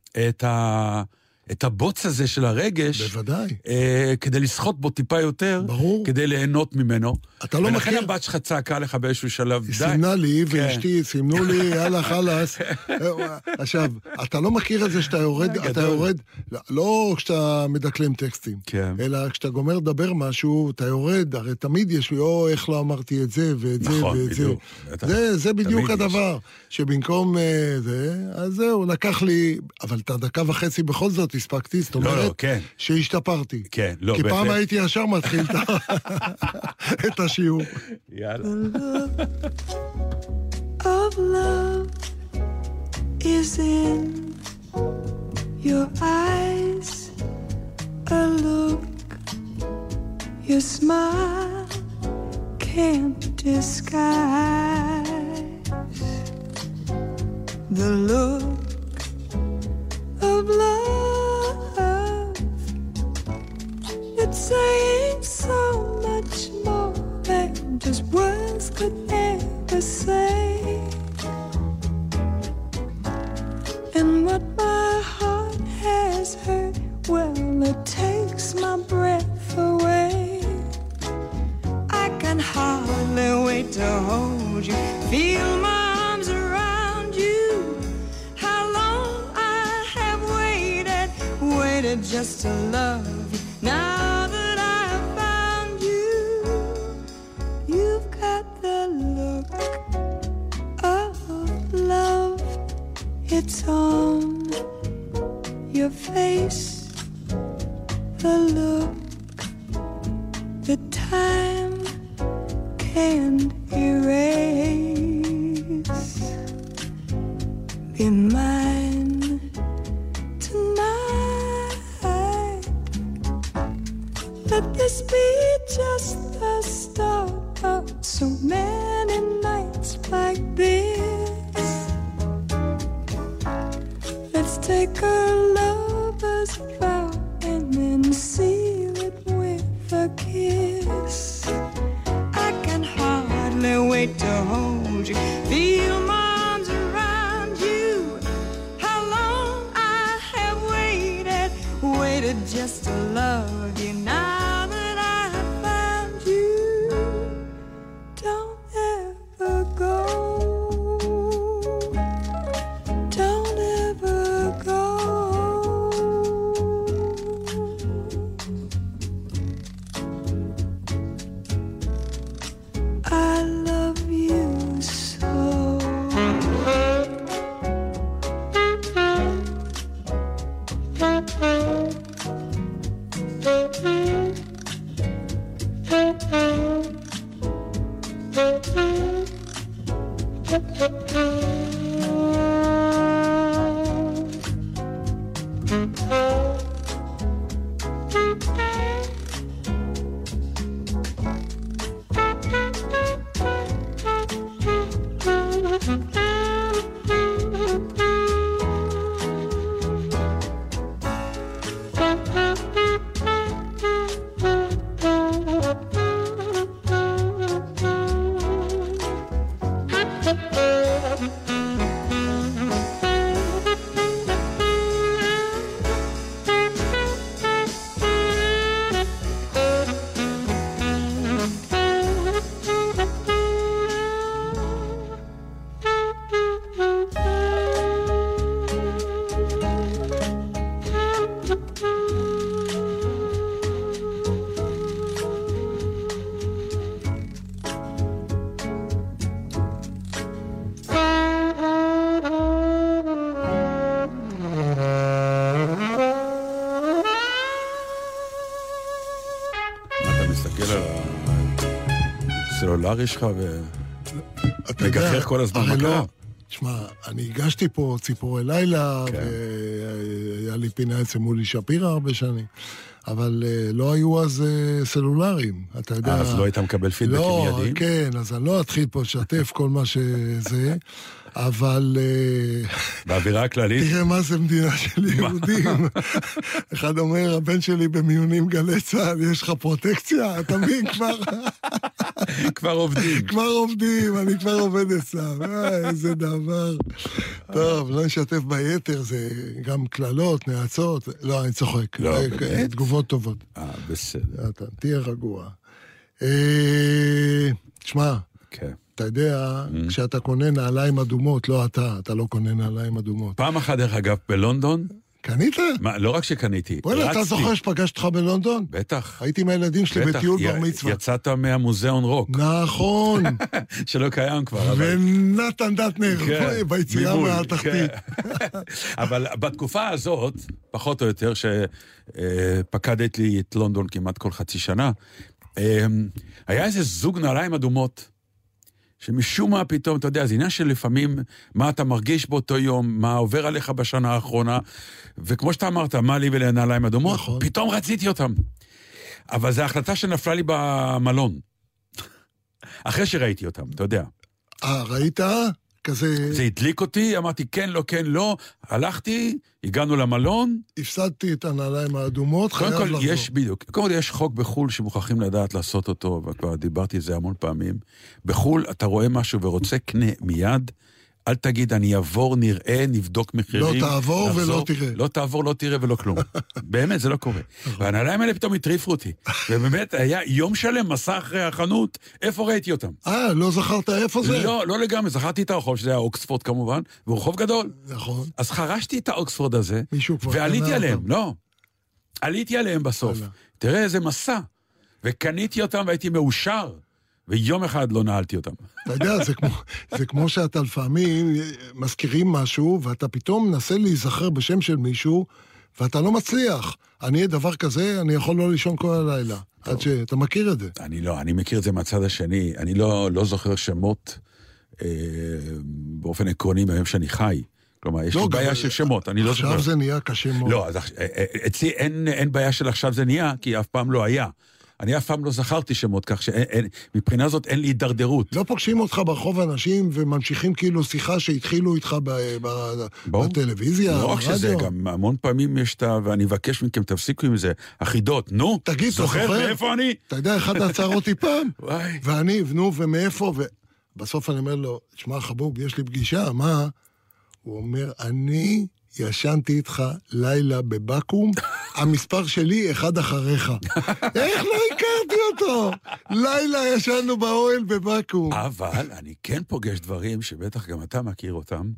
את הבוץ הזה של הרגש, בוודאי. כדי לשחות בו טיפה יותר, ברור. כדי ליהנות ממנו. אתה לא מכיר... ולכן הבת שלך צעקה לך באיזשהו שלב, היא סימנה לי, ואשתי, סימנו לי, יאללה, חלאס. עכשיו, אתה לא מכיר את זה שאתה יורד, אתה יורד, לא כשאתה מדקלם טקסטים, אלא כשאתה גומר לדבר משהו, אתה יורד, הרי תמיד יש לי, איך לא אמרתי את זה, ואת זה, ואת זה. זה בדיוק הדבר, שבמקום זה, אז זהו, לקח לי, אבל את 1.5 דקות בכל זאת הספקתי, זאת אומרת, שהשתפרתי. כן, לא, כי פעם הייתי ישר מתחיל את השיעור. יאללה. Of love is in your eyes, a look your smile can't disguise, the look of love, it's saying so much more than just words could ever say. And what my heart has heard, well, it takes my breath away. I can hardly wait to hold you, feel my arms around you. How long I have waited just to love you. Now that I've found you, It's on your face, the look, the time can't erase. Be mine tonight. Let this be just the start of so many nights like this. Let's take our lover's vow and then seal it with a kiss. I can hardly wait to hold you, feel my arms around you. How long I have waited just to love you. Now that I have found you, don't ever go. Don't ever go. I love you so. הסלולרי שלך ומגחך כל הזמן מה קרה? תשמע, אני הגשתי פה ציפורי לילה, והיה לי פינה אצל מולי שפירא הרבה שנים, אבל לא היו אז סלולריים, אתה יודע. אז לא היית מקבל פידבקים מיידיים? כן, אז אני לא אתחיל פה לשתף כל מה שזה, אבל... באווירה הכללית? תראה מה זה מדינה של יהודים. אחד אומר, הבן שלי במיונים גלי צהל, יש לך פרוטקציה? אתה מבין כבר? כבר עובדים. כבר עובדים, אני כבר עובד אצלם. איזה דבר. טוב, לא נשתף ביתר, זה גם כללות, נעצות. לא, אני צוחק. תגובות טובות. בסדר. תהיה רגוע. תשמע, אתה יודע, כשאתה קונה נעליים אדומות, לא אתה לא קונה נעליים אדומות. פעם אחת דרך אגב בלונדון, קנית? לא רק שקניתי. וואלה, אתה זוכר שפגשת אותך בלונדון? בטח. הייתי עם הילדים שלי בטיול בר מצווה. יצאת מהמוזיאון רוק. נכון. שלא קיים כבר. ונתן דטנר, ביציאה מהתחתית. אבל בתקופה הזאת, פחות או יותר, שפקדת לי את לונדון כמעט כל חצי שנה, היה איזה זוג נעליים אדומות, שמשום מה פתאום, אתה יודע, זה עניין שלפעמים מה אתה מרגיש באותו יום, מה עובר עליך בשנה האחרונה, וכמו שאתה אמרת, מה לי ולנעליים אדומות, נכון. פתאום רציתי אותם. אבל זו החלטה שנפלה לי במלון. אחרי שראיתי אותם, אתה יודע. ראית? כזה... זה הדליק אותי, אמרתי כן, לא, כן, לא, הלכתי, הגענו למלון. הפסדתי את הנעליים האדומות, חייב לחזור. קודם כל יש, בדיוק, קודם כל יש חוק בחול שמוכרחים לדעת לעשות אותו, וכבר דיברתי את זה המון פעמים. בחול אתה רואה משהו ורוצה, קנה מיד, אל תגיד, אני אעבור, נראה, נבדוק מחירים. לא תעבור ולא תראה. לא תעבור, לא תראה ולא כלום. באמת, זה לא קורה. והנעליים האלה פתאום הטריפו אותי. ובאמת, היה יום שלם, מסע אחרי החנות, איפה ראיתי אותם? לא זכרת איפה זה? לא לגמרי, זכרתי את הרחוב, שזה היה אוקספורד כמובן, והוא רחוב גדול. נכון. אז חרשתי את האוקספורד הזה, ועליתי עליהם, לא. עליתי עליהם בסוף. תראה איזה מסע. וקניתי אותם והייתי מאושר. ויום אחד לא נעלתי אותם. אתה יודע, זה כמו שאתה לפעמים מזכירים משהו, ואתה פתאום מנסה להיזכר בשם של מישהו, ואתה לא מצליח. אני דבר כזה, אני יכול לא לישון כל הלילה. עד שאתה מכיר את זה. אני מכיר את זה מהצד השני. אני לא זוכר שמות באופן עקרוני מהיום שאני חי. כלומר, יש לי בעיה של שמות, אני לא זוכר. עכשיו זה נהיה קשה מאוד. לא, אצלי אין בעיה של עכשיו זה נהיה, כי אף פעם לא היה. אני אף פעם לא זכרתי שמות, כך שמבחינה זאת אין לי הידרדרות. לא פוגשים אותך ברחוב אנשים וממשיכים כאילו שיחה שהתחילו איתך בטלוויזיה, לא רק שזה, גם המון פעמים יש ואני אבקש מכם, תפסיקו עם זה, אחידות, נו, תגיד, זוכר מאיפה אני? אתה יודע, אחד הצער אותי פעם, ואני, נו, ומאיפה, ובסוף אני אומר לו, שמע חבוב, יש לי פגישה, מה? הוא אומר, אני ישנתי איתך לילה בבקום, המספר שלי אחד אחריך. איך לא הכרתי אותו? לילה ישנו באוהל בבקום. אבל אני כן פוגש דברים שבטח גם אתה מכיר אותם,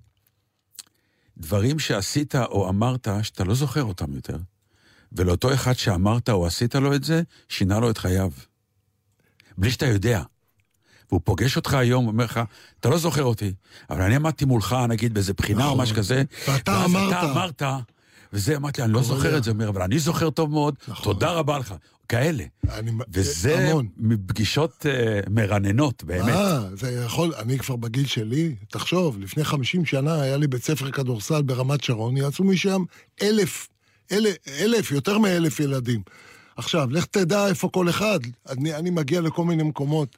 דברים שעשית או אמרת שאתה לא זוכר אותם יותר, ולאותו אחד שאמרת או עשית לו את זה, שינה לו את חייו. בלי שאתה יודע. והוא פוגש אותך היום, אומר לך, אתה לא זוכר אותי, אבל אני עמדתי מולך, נגיד, באיזה בחינה או משהו כזה, ואתה אמרת, וזה אמרתי לי, אני לא זוכר את זה, אבל אני זוכר טוב מאוד, תודה רבה לך, כאלה. וזה מפגישות מרננות, באמת. זה יכול, אני כבר בגיל שלי, תחשוב, לפני 50 שנה היה לי בית ספר כדורסל ברמת שרון, יצאו משם 1,000, יותר מ1,000 ילדים. עכשיו, לך תדע איפה כל אחד, אני מגיע לכל מיני מקומות,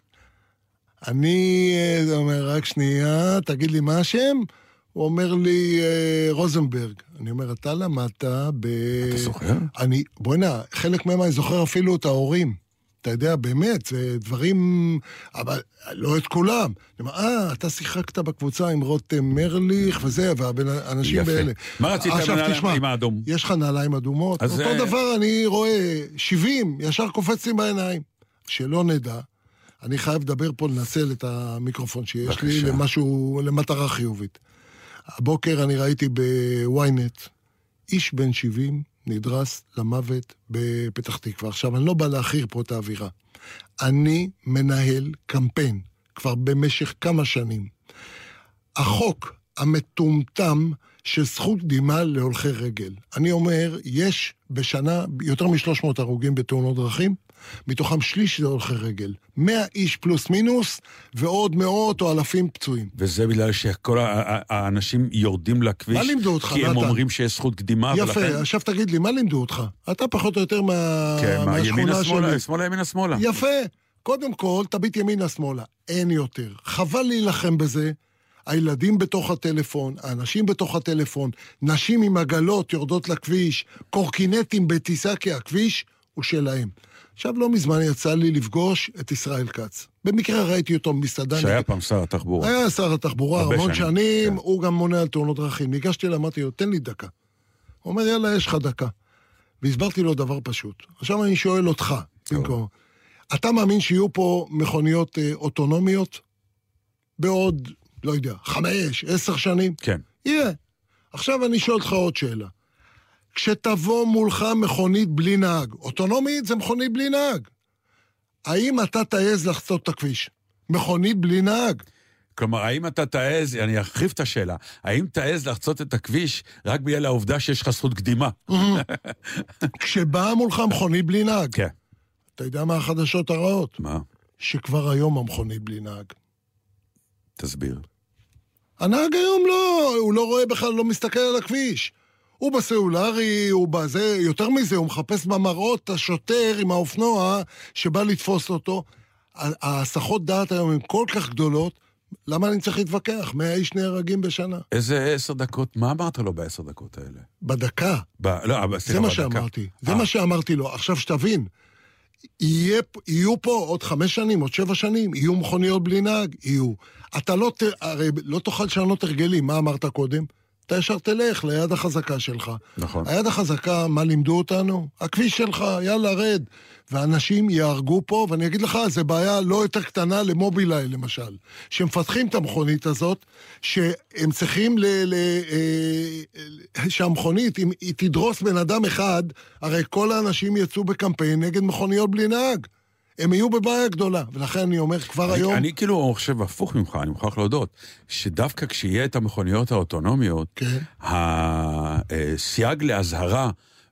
אני אומר, רק שנייה, תגיד לי מה השם? הוא אומר לי, רוזנברג. אני אומר, אתה למדת ב... אתה זוכר? בואי נה, חלק מהם אני זוכר אפילו את ההורים. אתה יודע, באמת, זה דברים... אבל לא את כולם. אני אומר, אתה שיחקת בקבוצה עם רותם מרליך וזה, והאנשים באלה. מה רצית עם האדום? יש לך נעליים אדומות. אותו דבר אני רואה 70, ישר קופץ לי בעיניים. שלא נדע. אני חייב לדבר פה, לנצל את המיקרופון שיש לי למשהו, למטרה חיובית. הבוקר אני ראיתי בוויינט, איש בן 70 נדרס למוות בפתח תקווה. עכשיו, אני לא בא להכיר פה את האווירה. אני מנהל קמפיין, כבר במשך כמה שנים. החוק המטומטם של זכות קדימה להולכי רגל. אני אומר, יש בשנה יותר מ-300 הרוגים בתאונות דרכים, מתוכם שליש זה הולכי רגל. 100 איש פלוס מינוס, ועוד מאות או אלפים פצועים. וזה בגלל שכל האנשים יורדים לכביש, מה לימדו אותך, כי הם אומרים שיש זכות קדימה. יפה, ולכן... עכשיו תגיד לי, מה לימדו אותך? אתה פחות או יותר מהשכונה שלי. שמאלה, ימינה, שמאלה. יפה, קודם כל, תביט ימינה, שמאלה. אין יותר. חבל להילחם בזה. הילדים בתוך הטלפון, האנשים בתוך הטלפון, נשים עם עגלות יורדות לכביש, קורקינטים בטיסה, כי הכביש הוא שלהם. עכשיו לא מזמן יצא לי לפגוש את ישראל כץ. במקרה ראיתי אותו במסעדה. שהיה פעם שר התחבורה. היה שר התחבורה, המון שנים, כן. הוא גם מונה על תאונות דרכים. ניגשתי לה, אמרתי לו, תן לי דקה. הוא אומר, יאללה, יש לך דקה. והסברתי לו דבר פשוט. עכשיו אני שואל אותך, במקום, אתה מאמין שיהיו פה מכוניות אוטונומיות? בעוד, לא יודע, 5, 10 שנים? כן. יהיה. עכשיו אני שואל אותך עוד שאלה. כשתבוא מולך מכונית בלי נהג, אוטונומית זה מכונית בלי נהג. האם אתה תעז לחצות את הכביש? מכונית בלי נהג. כלומר, האם אתה תעז, אני ארחיב את השאלה, האם תעז לחצות את הכביש רק בגלל העובדה שיש לך זכות קדימה? כשבאה מולך מכונית בלי נהג. כן. אתה יודע מה החדשות הרעות? מה? שכבר היום המכונית בלי נהג. תסביר. הנהג היום לא, הוא לא רואה בכלל, לא מסתכל על הכביש. הוא בסלולרי, הוא בזה, יותר מזה, הוא מחפש במראות את השוטר עם האופנוע שבא לתפוס אותו. ההסחות דעת היום הן כל כך גדולות, למה אני צריך להתווכח? 100 איש נהרגים בשנה. איזה 10 דקות? מה אמרת לו ב10 דקות האלה? בדקה. לא, זה מה שאמרתי. זה מה שאמרתי לו. עכשיו שתבין, יהיו פה עוד 5 שנים, עוד 7 שנים, יהיו מכוניות בלי נהג, יהיו. אתה הרי לא תוכל לשנות הרגלים, מה אמרת קודם? אתה ישר תלך ליד החזקה שלך. נכון. היד החזקה, מה לימדו אותנו? הכביש שלך, יאללה, רד. ואנשים יהרגו פה, ואני אגיד לך, זה בעיה לא יותר קטנה למובילאיי, למשל. שמפתחים את המכונית הזאת, שהם צריכים שהמכונית, אם היא תדרוס בן אדם אחד, הרי כל האנשים יצאו בקמפיין נגד מכוניות בלי נהג. הם יהיו בבעיה גדולה, ולכן אני אומר כבר היום... אני כאילו חושב הפוך ממך, אני מוכרח להודות, שדווקא כשיהיה את המכוניות האוטונומיות, כן. הסייג להזהרה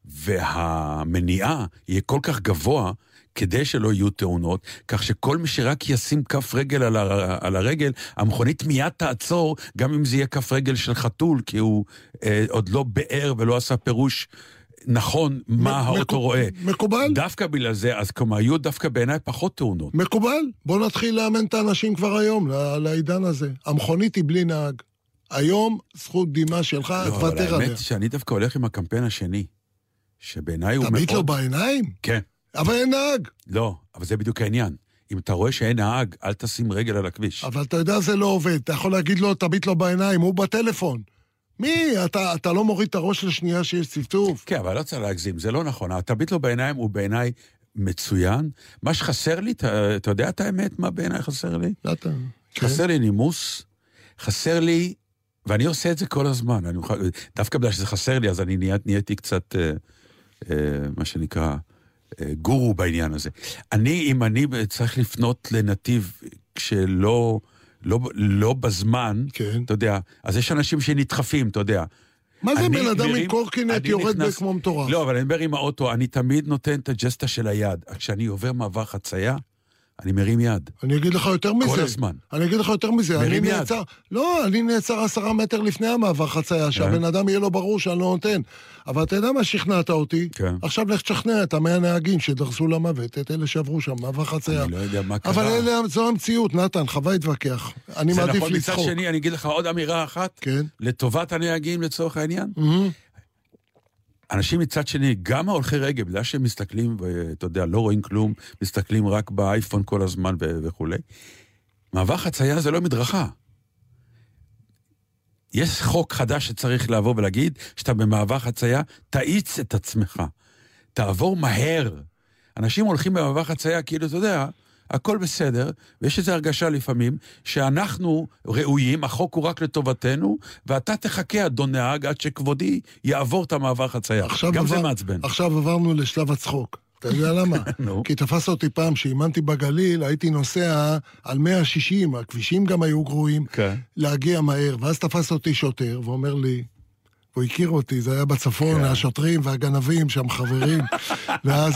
והמניעה יהיה כל כך גבוה, כדי שלא יהיו תאונות, כך שכל מי שרק ישים כף רגל על הרגל, המכונית מיד תעצור, גם אם זה יהיה כף רגל של חתול, כי הוא עוד לא בער ולא עשה פירוש נכון מה האוטו רואה. מקובל? דווקא בגלל זה, אז כלומר, היו דווקא בעיניי פחות תאונות. מקובל? בוא נתחיל לאמן את האנשים כבר היום, לעידן הזה. המכונית היא בלי נהג. היום, זכות דימה שלך, תוותר עליה. אבל האמת שאני דווקא הולך עם הקמפיין השני, שבעיניי הוא מאוד... תביט לו בעיניים? כן. אבל אין נהג. לא, אבל זה בדיוק העניין. אם אתה רואה שאין נהג, אל תשים רגל על הכביש. אבל אתה יודע, זה לא עובד. אתה יכול להגיד לו, תביט לו בעיניים, הוא בטלפון. מי? אתה לא מוריד את הראש לשנייה שיש צפצוף? כן, אבל לא צריך להגזים, זה לא נכון. התביט לו בעיניים הוא בעיניי מצוין. מה שחסר לי, אתה יודע את האמת מה בעיניי חסר לי? לא אתה. חסר לי נימוס, חסר לי, ואני עושה את זה כל הזמן. דווקא בגלל שזה חסר לי, אז אני נהייתי קצת, מה שנקרא... גורו בעניין הזה. אם אני צריך לפנות לנתיב כשלא לא בזמן, כן. אתה יודע, אז יש אנשים שנדחפים, אתה יודע. מה זה בן אדם עם קורקינט יורד כמו מטורף? לא, אבל אני מדבר עם האוטו, אני תמיד נותן את הג'סטה של היד. כשאני עובר מעבר חצייה, אני מרים יד. אני אגיד לך יותר מזה. כל הזמן. אני אגיד לך יותר מזה. מרים יד. לא, אני נעצר 10 מטר לפני המעבר חצייה, שהבן אדם יהיה לו ברור שאני לא נותן. אבל אתה יודע מה שכנעת אותי? כן. עכשיו לך תשכנע את 100 הנהגים שדרסו למוות, את אלה שעברו שם, מעבר חצייה. אני לא יודע מה קרה. אבל זו המציאות, נתן, חווה התווכח. אני מעדיף נכון, לצחוק. מצד שני, אני אגיד לך עוד אמירה אחת, כן. לטובת הנהגים לצורך העניין. אנשים מצד שני, גם ההולכי רגל, בגלל שהם מסתכלים, ואתה יודע, לא רואים כלום, מסתכלים רק באייפון כל הזמן וכו'. מעבר חצייה זה לא מדרכה. יש חוק חדש שצריך לעבור ולהגיד, שאתה במעבר חצייה, תאיץ את עצמך. תעבור מהר. אנשים הולכים במעבר חצייה, כאילו, אתה יודע, הכל בסדר, ויש איזו הרגשה לפעמים, שאנחנו ראויים, החוק הוא רק לטובתנו, ואתה תחכה, אדון נהג, עד שכבודי יעבור את המעבר חצייה. גם זה מעצבן. עכשיו עברנו לשלב הצחוק. אתה יודע למה? כי תפס אותי פעם שאימנתי בגליל, הייתי נוסע על 160, הכבישים גם היו גרועים, להגיע מהר, ואז תפס אותי שוטר, ואומר לי, הוא הכיר אותי, זה היה בצפון, השוטרים והגנבים שם חברים, ואז,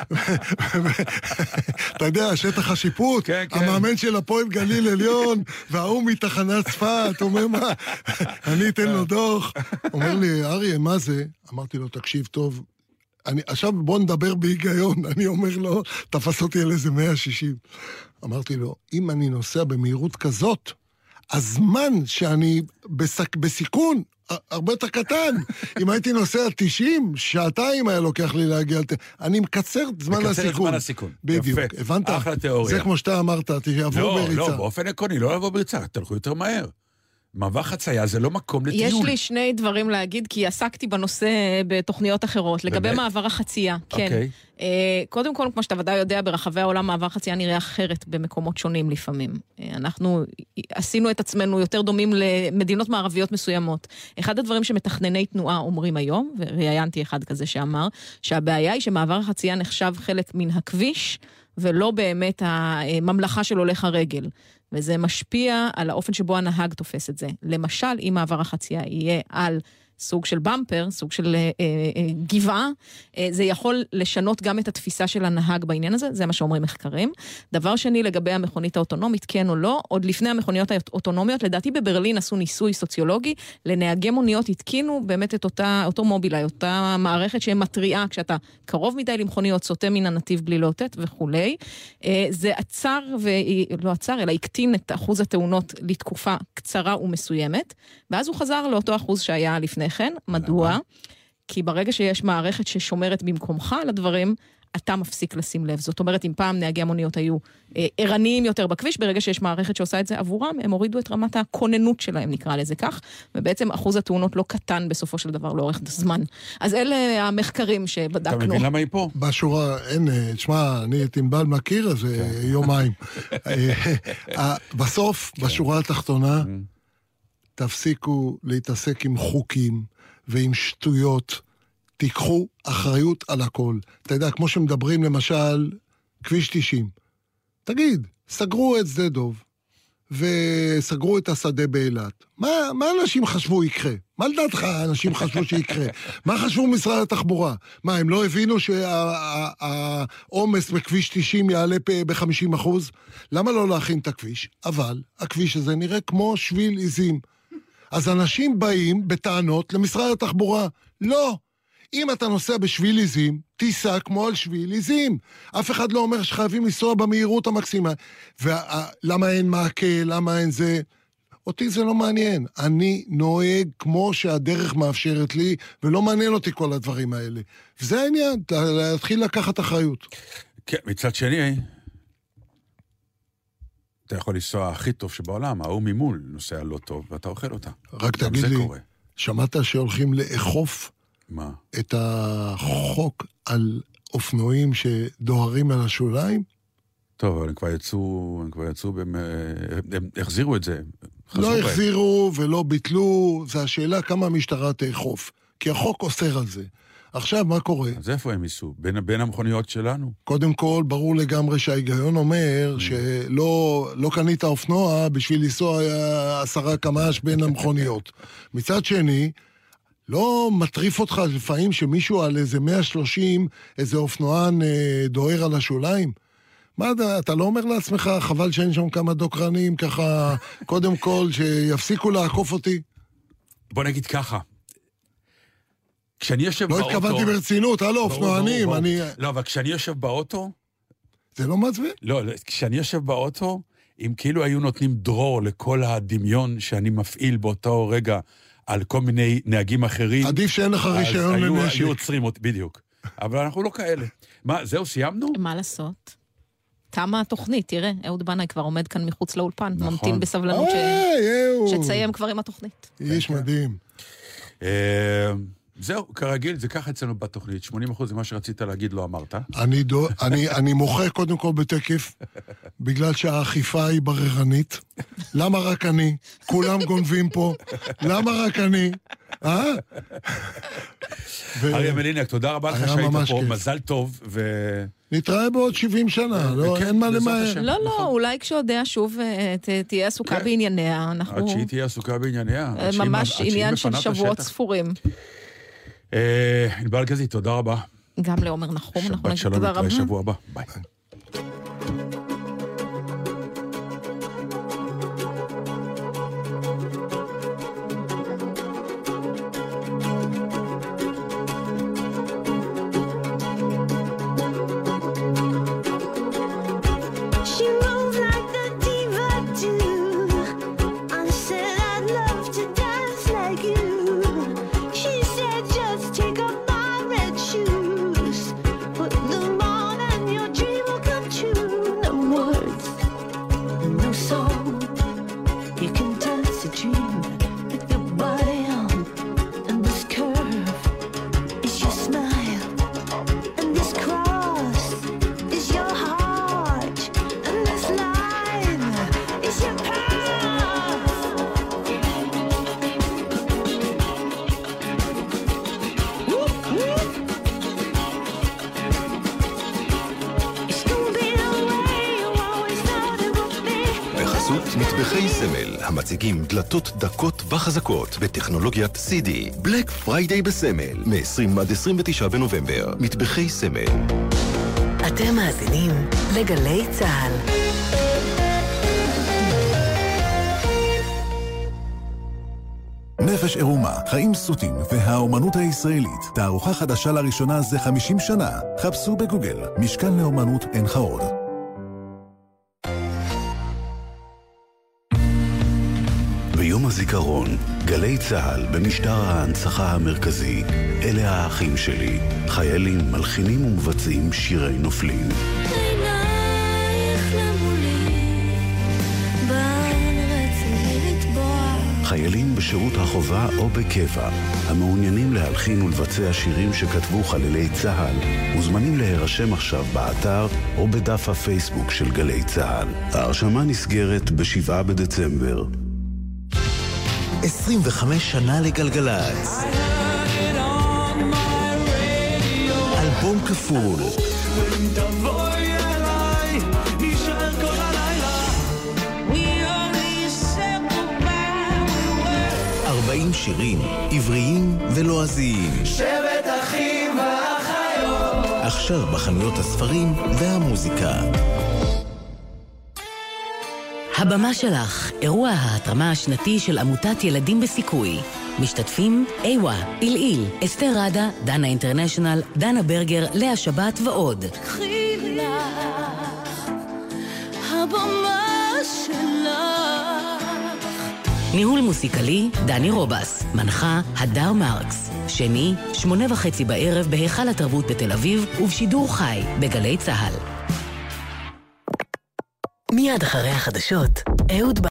אתה יודע, שטח השיפוט, המאמן של הפועל גליל עליון, והוא מתחנת צפת, אומר מה, אני אתן לו דוח, אומר לי, אריה, מה זה? אמרתי לו, תקשיב טוב, עכשיו בוא נדבר בהיגיון, אני אומר לו, תפס אותי על איזה 160. אמרתי לו, אם אני נוסע במהירות כזאת, הזמן שאני בסיכון, הרבה יותר קטן. אם הייתי נוסע 90, שעתיים היה לוקח לי להגיע, אני מקצר את זמן הסיכון. מקצר את זמן הסיכון. בדיוק, הבנת? אחלה תיאוריה. זה כמו שאתה אמרת, תעבור בריצה. לא, באופן עקרוני, לא לבוא בריצה, תלכו יותר מהר. מעבר חצייה זה לא מקום לטיול. יש לי שני דברים להגיד, כי עסקתי בנושא בתוכניות אחרות. לגבי מעבר החצייה, כן. קודם כל, כמו שאתה ודאי יודע, ברחבי העולם מעבר חצייה נראה אחרת במקומות שונים לפעמים. אנחנו עשינו את עצמנו יותר דומים למדינות מערביות מסוימות. אחד הדברים שמתכנני תנועה אומרים היום, וראיינתי אחד כזה שאמר, שהבעיה היא שמעבר החצייה נחשב חלק מן הכביש, ולא באמת הממלכה של הולך הרגל. וזה משפיע על האופן שבו הנהג תופס את זה. למשל, אם מעבר החצייה יהיה על סוג של במפר, סוג של גבעה, זה יכול לשנות גם את התפיסה של הנהג בעניין הזה, זה מה שאומרים מחקרים. דבר שני, לגבי המכונית האוטונומית, כן או לא, עוד לפני המכוניות האוטונומיות, לדעתי בברלין עשו ניסוי סוציולוגי, לנהגי מוניות התקינו באמת את אותו מובילה, אותה מערכת שמטריעה כשאתה קרוב מדי למכוניות, סוטה מן הנתיב בלי לאותת וכולי. זה עצר, לא עצר, אלא הקטין את אחוז התאונות לתקופה קצרה ומסוימת, ואז הוא חזר לאותו אחוז שהיה לפני כן. מדוע? כי ברגע שיש מערכת ששומרת במקומך על הדברים, אתה מפסיק לשים לב. זאת אומרת, אם פעם נהגי המוניות היו ערניים יותר בכביש, ברגע שיש מערכת שעושה את זה עבורם, הם הורידו את רמת הכוננות שלהם, נקרא לזה כך, ובעצם אחוז התאונות לא קטן בסופו של דבר לאורך זמן. אז אלה המחקרים שבדקנו. אתה מבין למה היא פה? בשורה, אין, תשמע, אני את ענבל מכיר, אז יומיים. בסוף, בשורה התחתונה, תפסיקו להתעסק עם חוקים ועם שטויות, תיקחו אחריות על הכל. אתה יודע, כמו שמדברים למשל כביש 90. תגיד, סגרו את שדה דוב, וסגרו את השדה באילת. מה אנשים חשבו יקרה? מה לדעתך אנשים חשבו שיקרה? מה חשבו משרד התחבורה? מה, הם לא הבינו שהעומס בכביש 90 יעלה ב-50%? למה לא להכין את הכביש? אבל הכביש הזה נראה כמו שביל עיזים. אז אנשים באים בטענות למשרד התחבורה. לא. אם אתה נוסע בשביל עיזים, תיסע כמו על שביל עיזים. אף אחד לא אומר שחייבים לנסוע במהירות המקסימה. ולמה אין מעקה, למה אין זה? אותי זה לא מעניין. אני נוהג כמו שהדרך מאפשרת לי, ולא מעניין אותי כל הדברים האלה. וזה העניין, להתחיל לקחת אחריות. כן, מצד שני, אתה יכול לנסוע הכי טוב שבעולם, ההוא ממול נוסע לא טוב, ואתה אוכל אותה. רק תגיד לי, שמעת שהולכים לאכוף מה? את החוק על אופנועים שדוהרים על השוליים? טוב, אבל הם כבר יצאו, הם החזירו את זה. לא החזירו ולא ביטלו, זה השאלה כמה המשטרה תאכוף, כי החוק אוסר על זה. עכשיו, מה קורה? אז איפה הם ייסעו? בין המכוניות שלנו? קודם כל, ברור לגמרי שההיגיון אומר שלא קנית אופנוע בשביל לנסוע 10 קמ"ש בין המכוניות. מצד שני, לא מטריף אותך לפעמים שמישהו על איזה 130, איזה אופנוען דוהר על השוליים? מה אתה לא אומר לעצמך, חבל שאין שם כמה דוקרנים, ככה, קודם כל, שיפסיקו לעקוף אותי? בוא נגיד ככה. כשאני יושב באוטו... לא התכוונתי ברצינות, הלו, אופנוענים, לא, אבל כשאני יושב באוטו... זה לא מעצבן? לא, כשאני יושב באוטו, אם כאילו היו נותנים דרור לכל הדמיון שאני מפעיל באותו רגע על כל מיני נהגים אחרים... עדיף שאין לך רישיון לנשק. היו עוצרים אותי, בדיוק. אבל אנחנו לא כאלה. מה, זהו, סיימנו? מה לעשות? תמה התוכנית, תראה, אהוד בנאי כבר עומד כאן מחוץ לאולפן, נכון. ממתין בסבלנות שתסיים כבר עם התוכנית. איש מדהים. זהו, כרגיל, זה ככה אצלנו בתוכנית, 80% זה מה שרצית להגיד, לא אמרת. אני מוחה קודם כל בתקף, בגלל שהאכיפה היא בררנית. למה רק אני? כולם גונבים פה. למה רק אני? אריה מליניאק, תודה רבה לך שהיית פה, מזל טוב, נתראה בעוד 70 שנה, אין מה למהר. לא, אולי כשהודעה שוב תהיה עסוקה בענייניה, עד שהיא תהיה עסוקה בענייניה. ממש עניין של שבועות ספורים. ענבל גזית, תודה רבה. גם לעומר נחום, אנחנו נגיד תודה רבה. שבת שלום, נתראה שבוע הבא. ביי. מטבחי סמל המציגים דלתות דקות וחזקות בטכנולוגיית CD. בלק פריידיי בסמל, מ-20 עד 29 בנובמבר. מטבחי סמל. אתם מאזינים לגלי צהל. נפש עירומה, חיים סוטים והאומנות הישראלית. תערוכה חדשה לראשונה זה 50 שנה. חפשו בגוגל, משכן לאומנות אין לך עוד. ביום הזיכרון, גלי צהל במשדר ההנצחה המרכזי. אלה האחים שלי, חיילים, מלחינים ומבצעים שירי נופלים. חיילים בשירות החובה או בקבע, המעוניינים להלחין ולבצע שירים שכתבו חללי צהל, מוזמנים להירשם עכשיו באתר או בדף הפייסבוק של גלי צהל. ההרשמה נסגרת ב7 בדצמבר. 25 שנה לגלגלצ. אלבום כפול. 40 שירים, עבריים ולועזיים. שבט אחים ואחיות. עכשיו בחנויות הספרים והמוזיקה. הבמה שלך, אירוע ההתרמה השנתי של עמותת ילדים בסיכוי. משתתפים איווה, איל, אסתר רדה, דנה אינטרנשיונל, דנה ברגר, לאה שבת ועוד. קחי לך, הבמה שלך. ניהול מוסיקלי, דני רובס. מנחה, הדר מרקס. שני, 8:30 בערב בהיכל התרבות בתל אביב, ובשידור חי בגלי צהל. מיד אחרי החדשות, אהוד